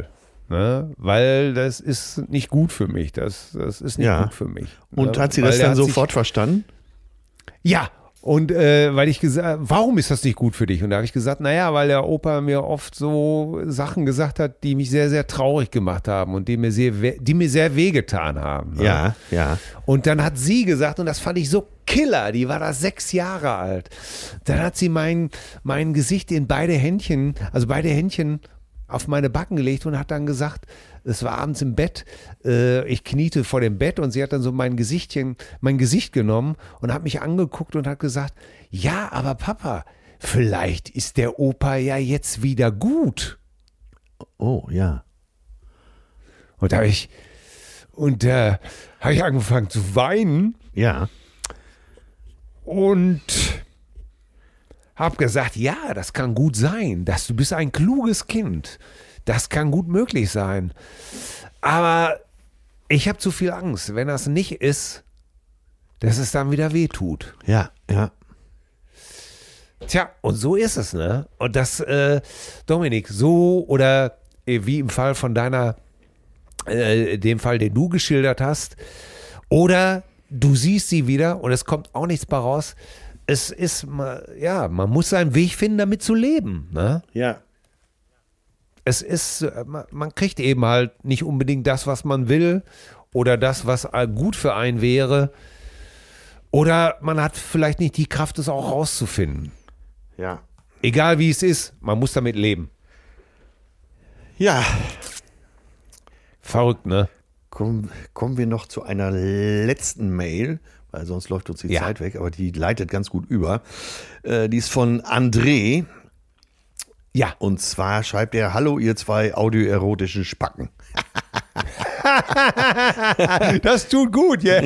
Ne? Weil das ist nicht gut für mich. Das, das ist nicht Ja. gut für mich. Und ne? hat sie Weil das der dann hat sich- sofort verstanden? Ja, und äh, weil ich gesagt, warum ist das nicht gut für dich? Und da habe ich gesagt, naja, weil der Opa mir oft so Sachen gesagt hat, die mich sehr, sehr traurig gemacht haben und die mir sehr, we- die mir sehr wehgetan haben. Ne? Ja, ja. Und dann hat sie gesagt, und das fand ich so Killer, die war da sechs Jahre alt. Dann hat sie mein, mein Gesicht in beide Händchen, also beide Händchen auf meine Backen gelegt und hat dann gesagt, es war abends im Bett, äh, ich kniete vor dem Bett und sie hat dann so mein Gesichtchen, mein Gesicht genommen und hat mich angeguckt und hat gesagt, ja, aber Papa, vielleicht ist der Opa ja jetzt wieder gut. Oh, ja. Und da habe ich, und da habe ich angefangen zu weinen. Ja. Und habe gesagt, ja, das kann gut sein, dass du bist ein kluges Kind. Das kann gut möglich sein. Aber ich habe zu viel Angst, wenn das nicht ist, dass es dann wieder wehtut. Ja, ja. Tja, und so ist es, ne? Und das, äh, Dominik, so oder äh, wie im Fall von deiner, äh, dem Fall, den du geschildert hast, oder du siehst sie wieder und es kommt auch nichts mehr raus. Es ist, ja, man muss seinen Weg finden, damit zu leben, ne? Ja. Es ist, man kriegt eben halt nicht unbedingt das, was man will oder das, was gut für einen wäre. Oder man hat vielleicht nicht die Kraft, es auch rauszufinden. Ja. Egal wie es ist, man muss damit leben. Ja. Verrückt, ne? Kommen, kommen wir noch zu einer letzten Mail, weil sonst läuft uns die Ja. Zeit weg, aber die leitet ganz gut über. Äh, die ist von André. Ja. Und zwar schreibt er, hallo ihr zwei audioerotischen Spacken. Das tut gut, ja.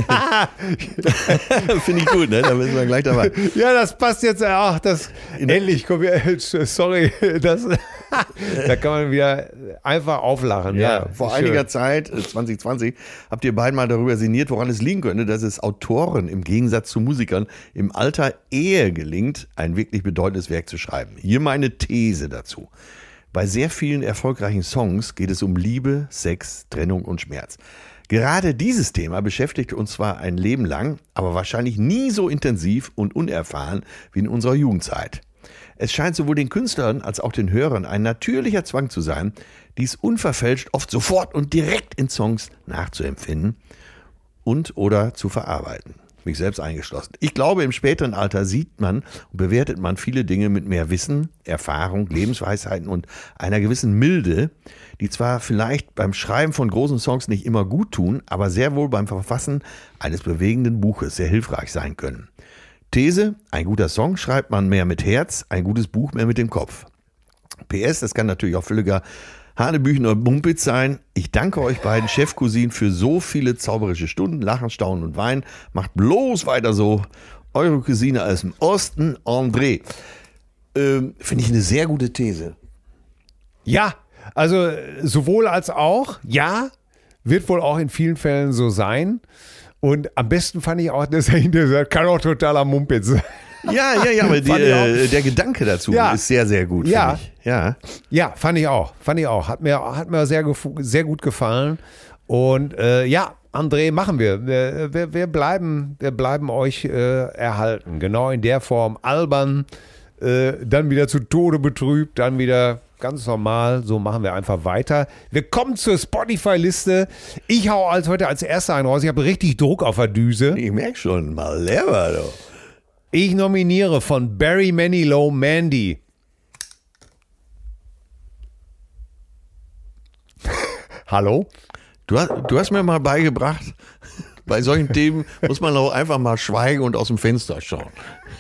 Finde ich gut, ne? Da sind wir gleich dabei. Ja, das passt jetzt. Ach, das. Endlich kommen wir. Sorry, das. Da kann man wieder einfach auflachen. Ja, Ja, vor schön. einiger Zeit, äh, zwanzig zwanzig, habt ihr beiden mal darüber sinniert, woran es liegen könnte, dass es Autoren im Gegensatz zu Musikern im Alter eher gelingt, ein wirklich bedeutendes Werk zu schreiben. Hier meine These dazu. Bei sehr vielen erfolgreichen Songs geht es um Liebe, Sex, Trennung und Schmerz. Gerade dieses Thema beschäftigt uns zwar ein Leben lang, aber wahrscheinlich nie so intensiv und unerfahren wie in unserer Jugendzeit. Es scheint sowohl den Künstlern als auch den Hörern ein natürlicher Zwang zu sein, dies unverfälscht oft sofort und direkt in Songs nachzuempfinden und oder zu verarbeiten. Mich selbst eingeschlossen. Ich glaube, im späteren Alter sieht man und bewertet man viele Dinge mit mehr Wissen, Erfahrung, Lebensweisheiten und einer gewissen Milde, die zwar vielleicht beim Schreiben von großen Songs nicht immer gut tun, aber sehr wohl beim Verfassen eines bewegenden Buches sehr hilfreich sein können. These, ein guter Song schreibt man mehr mit Herz, ein gutes Buch mehr mit dem Kopf. P S, das kann natürlich auch völliger Hanebüchen oder Mumpitz sein. Ich danke euch beiden Chefcousinen für so viele zauberische Stunden, Lachen, Staunen und Weinen. Macht bloß weiter so. Eure Cousine aus dem Osten, André. Ähm, finde ich eine sehr gute These. Ja, also sowohl als auch, ja, wird wohl auch in vielen Fällen so sein. Und am besten fand ich auch, dass er hinterher sagt, kann auch totaler Mumpitz sein. Ja, ja, ja, aber die, Fand ich auch. äh, der Gedanke dazu Ja. ist sehr, sehr gut. Ja. finde ich. Ja. Ja, fand ich auch. Fand ich auch. Hat mir, hat mir sehr, gef- sehr gut gefallen. Und äh, ja, André, machen wir. Wir, wir, wir, bleiben, wir bleiben euch äh, erhalten. Genau in der Form. Albern, äh, dann wieder zu Tode betrübt, dann wieder ganz normal. So machen wir einfach weiter. Wir kommen zur Spotify-Liste. Ich hau als heute als erster einen raus. Ich habe richtig Druck auf der Düse. Ich merke schon, mal leer, du. Ich nominiere von Barry Manilow Mandy. Hallo? Du hast, du hast mir mal beigebracht, bei solchen Themen muss man auch einfach mal schweigen und aus dem Fenster schauen.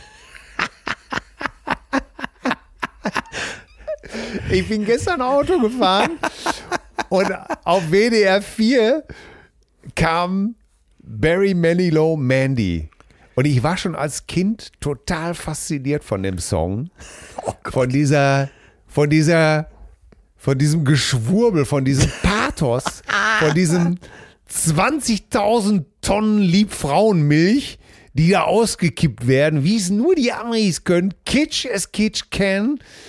Ich bin gestern Auto gefahren und auf W D R vier kam Barry Manilow Mandy. Und ich war schon als Kind total fasziniert von dem Song. Von dieser, von dieser, von diesem Geschwurbel, von diesem Pathos, von diesem zwanzigtausend Tonnen Liebfrauenmilch, die da ausgekippt werden, wie es nur die Amis können. Kitsch as Kitsch can.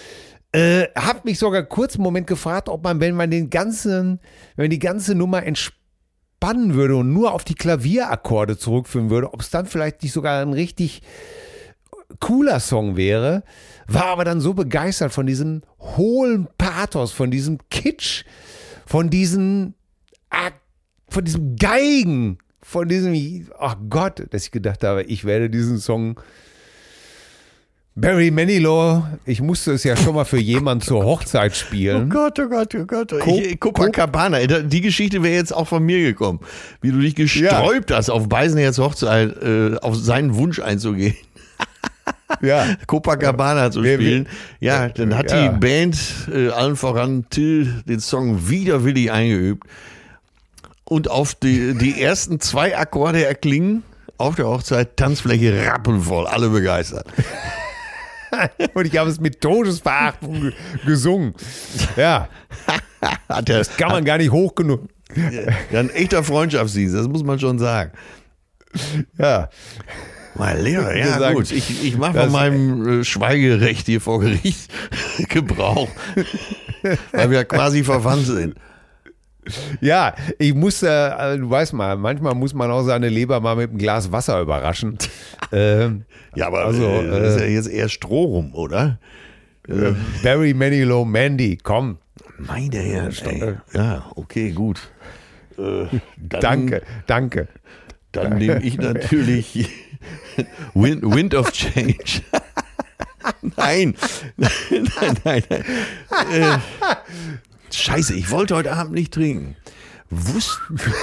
Äh, hab mich sogar kurz einen Moment gefragt, ob man, wenn man den ganzen, wenn man die ganze Nummer entspannen würde und nur auf die Klavierakkorde zurückführen würde, ob es dann vielleicht nicht sogar ein richtig cooler Song wäre, war aber dann so begeistert von diesem hohlen Pathos, von diesem Kitsch, von diesen, ah, von diesem Geigen, von diesem, ach Gott, dass ich gedacht habe, ich werde diesen Song Barry Manilow, ich musste es ja schon mal für jemanden zur Hochzeit spielen. Oh Gott, oh Gott, oh Gott. Ich, Copacabana, die Geschichte wäre jetzt auch von mir gekommen. Wie du dich gesträubt ja. hast, auf Beisenherz Hochzeit, äh, auf seinen Wunsch einzugehen. Ja. Copacabana zu spielen. Ja, dann hat ja. die Band, äh, allen voran Till, den Song widerwillig eingeübt. Und auf die, die ersten zwei Akkorde erklingen auf der Hochzeit, Tanzfläche rappenvoll, alle begeistert. Und ich habe es mit Todesverachtung gesungen. Ja. Hat der, das kann man gar nicht hoch genug. Ja, ein echter Freundschaftsdienst, das muss man schon sagen. Ja. Mein Lehrer, ja gesagt, gut, ich, ich mache von meinem äh, Schweigerecht hier vor Gericht Gebrauch, weil wir quasi verwandt sind. Ja, ich muss, äh, du weißt mal, manchmal muss man auch seine Leber mal mit einem Glas Wasser überraschen. ähm, ja, aber also, äh, das ist ja jetzt eher Strohrum, oder? Äh, Barry Manilow, Mandy, komm. Meine Herren, ey. Ja, okay, gut. Äh, dann, danke, danke. Dann nehme ich natürlich Wind, Wind of Change. Nein. Nein, nein, nein. Äh, Scheiße, ich wollte heute Abend nicht trinken. Wusst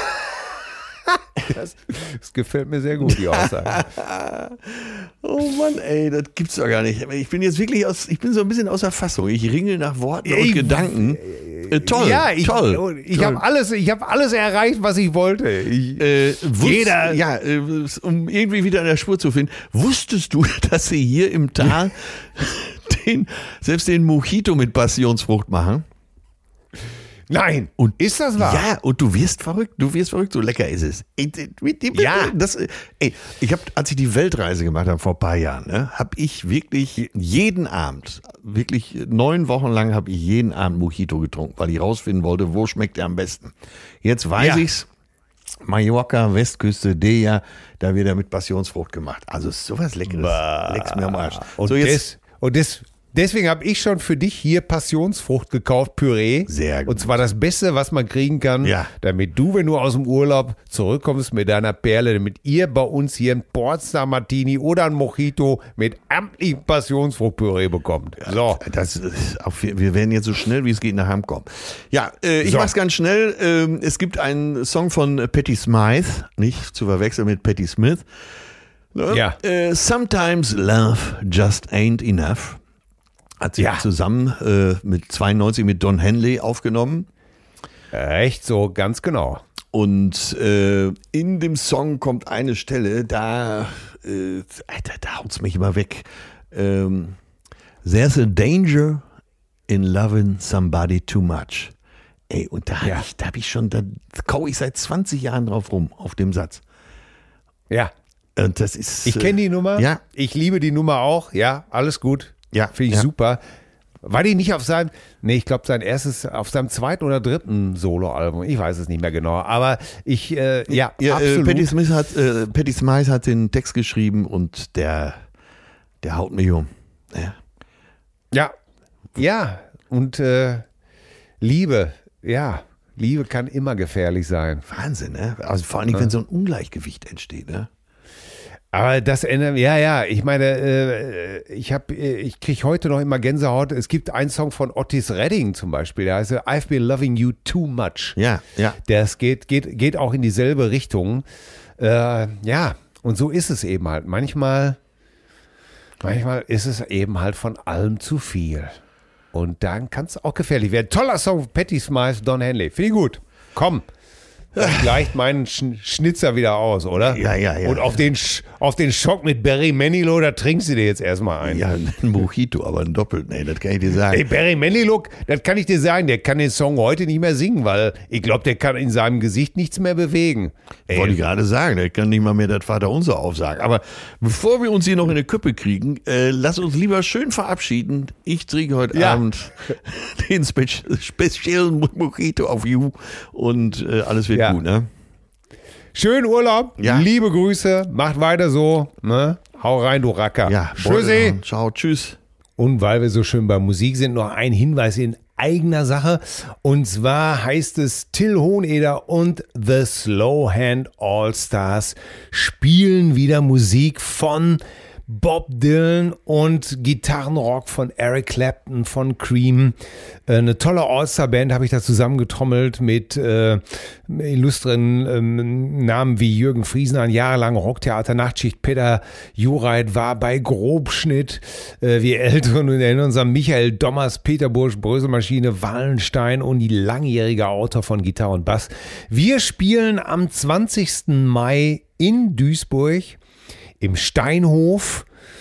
das, das gefällt mir sehr gut, die Aussage. Oh Mann, ey, das gibt's doch gar nicht. Ich bin jetzt wirklich aus, ich bin so ein bisschen außer Fassung. Ich ringel nach Worten ey, und Gedanken. Äh, toll, ja, ich, toll. Ich habe alles, ich habe alles erreicht, was ich wollte. Ich, äh, wusst, jeder, ja, äh, um irgendwie wieder in der Spur zu finden. Wusstest du, dass sie hier im Tal den, selbst den Mojito mit Passionsfrucht machen? Nein. Und ist das wahr? Ja, und du wirst verrückt, du wirst verrückt, so lecker ist es. Ja. Das, ey, ich habe, als ich die Weltreise gemacht habe vor ein paar Jahren, ne, habe ich wirklich jeden Abend, wirklich neun Wochen lang habe ich jeden Abend Mojito getrunken, weil ich rausfinden wollte, wo schmeckt er am besten. Jetzt weiß ja. ich's. Mallorca, Westküste, Deja, da wird er mit Passionsfrucht gemacht. Also sowas Leckeres. Bah. Leck's mir am Arsch. Und so jetzt. Das, und das Deswegen habe ich schon für dich hier Passionsfrucht gekauft, Püree. Sehr gut. Und zwar das Beste, was man kriegen kann, ja. damit du, wenn du aus dem Urlaub zurückkommst mit deiner Perle, damit ihr bei uns hier ein Portstar Martini oder ein Mojito mit amtlichem Passionsfruchtpüree bekommt. So. Das ist auch, wir werden jetzt so schnell, wie es geht, nach Hause kommen. Ja, äh, ich so. mach's ganz schnell. Ähm, es gibt einen Song von Patti Smyth, nicht zu verwechseln mit Patti Smith. Ne? Ja. Äh, Sometimes Love Just Ain't Enough. Hat sie ja. zusammen äh, mit zweiundneunzig mit Don Henley aufgenommen. Echt so, ganz genau. Und äh, in dem Song kommt eine Stelle, da, äh, Alter, da haut's mich immer weg. Ähm, There's a danger in loving somebody too much. Ey, und da habe ja. ich, da hab ich schon, da kaue ich seit zwanzig Jahren drauf rum, auf dem Satz. Ja. Und das ist. Ich kenne die Nummer. Ja. Ich liebe die Nummer auch. Ja, alles gut. Ja, finde ich ja. super. War die nicht auf seinem, nee, ich glaube sein erstes, auf seinem zweiten oder dritten Soloalbum, ich weiß es nicht mehr genau, aber ich, äh, ja, ja absolut. Äh, Patti Smith hat, äh, Patti Smith hat den Text geschrieben und der, der haut mich um. Ja, ja, ja. Und äh, Liebe, ja, Liebe kann immer gefährlich sein. Wahnsinn, ne? Also vor allem, ja. wenn so ein Ungleichgewicht entsteht, ne? Aber das ändert, ja, ja, ich meine, äh, ich habe, ich kriege heute noch immer Gänsehaut. Es gibt einen Song von Otis Redding zum Beispiel, der heißt I've Been Loving You Too Much. Ja, ja. Das geht, geht, geht auch in dieselbe Richtung. Äh, ja, und so ist es eben halt. Manchmal, manchmal ist es eben halt von allem zu viel. Und dann kann es auch gefährlich werden. Toller Song, Patti Smyth, Don Henley. Finde ich gut. Komm. das gleicht meinen Sch- Schnitzer wieder aus, oder? Ja, ja, ja. Und auf den, Sch- auf den Schock mit Barry Manilow, da trinkst du dir jetzt erstmal ein. Ja, ein Mojito, aber ein doppelt. Nee, das kann ich dir sagen. Ey, Barry Manilow, das kann ich dir sagen, der kann den Song heute nicht mehr singen, weil ich glaube, der kann in seinem Gesicht nichts mehr bewegen. Ey, Wollte ich gerade sagen, der kann nicht mal mehr das Vaterunser aufsagen. Aber bevor wir uns hier noch in eine Köppe kriegen, äh, lass uns lieber schön verabschieden. Ich trinke heute Ja. Abend den Spe- speziellen Mojito auf You und äh, alles wird Ja. gut, ne? schönen Urlaub, Ja. liebe Grüße, macht weiter so, ne? Hau rein, du Racker. Ja, Tschüssi. Beute, ciao, tschüss. Und weil wir so schön bei Musik sind, noch ein Hinweis in eigener Sache. Und zwar heißt es, Till Hoheneder und The Slow Hand All-Stars spielen wieder Musik von Bob Dylan und Gitarrenrock von Eric Clapton, von Cream. Eine tolle All-Star-Band habe ich da zusammengetrommelt mit äh, illustren ähm, Namen wie Jürgen Friesenhahn, jahrelang Rocktheater, Nachtschicht, Peter Jureit war bei Grobschnitt. Äh, wir Älteren erinnern uns an Michael Dommers, Peter Bursch, Bröselmaschine, Wallenstein und die langjährige Autor von Gitarre und Bass. Wir spielen am zwanzigsten Mai in Duisburg im Steinhof.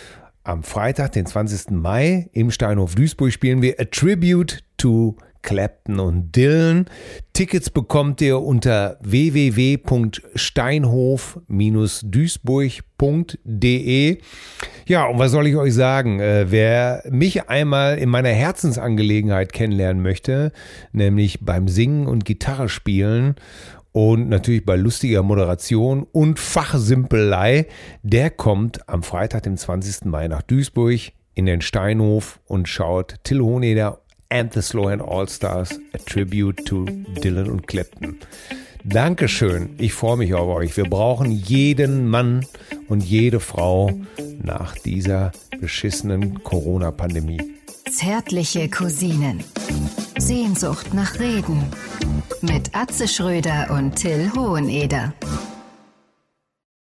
Am Freitag, den zwanzigsten Mai, im Steinhof Duisburg spielen wir A Tribute to Clapton und Dylan. Tickets bekommt ihr unter w w w punkt steinhof duisburg punkt de. Ja, und was soll ich euch sagen? Äh, wer mich einmal in meiner Herzensangelegenheit kennenlernen möchte, nämlich beim Singen und Gitarre spielen und natürlich bei lustiger Moderation und Fachsimpelei, der kommt am Freitag, dem zwanzigsten Mai nach Duisburg in den Steinhof und schaut Till Hoheneder and the Slow Hand All-Stars, a Tribute to Dylan und Clapton. Dankeschön, ich freue mich auf euch. Wir brauchen jeden Mann und jede Frau nach dieser beschissenen Corona-Pandemie. Zärtliche Cousinen. Sehnsucht nach Reden. Mit Atze Schröder und Till Hoheneder.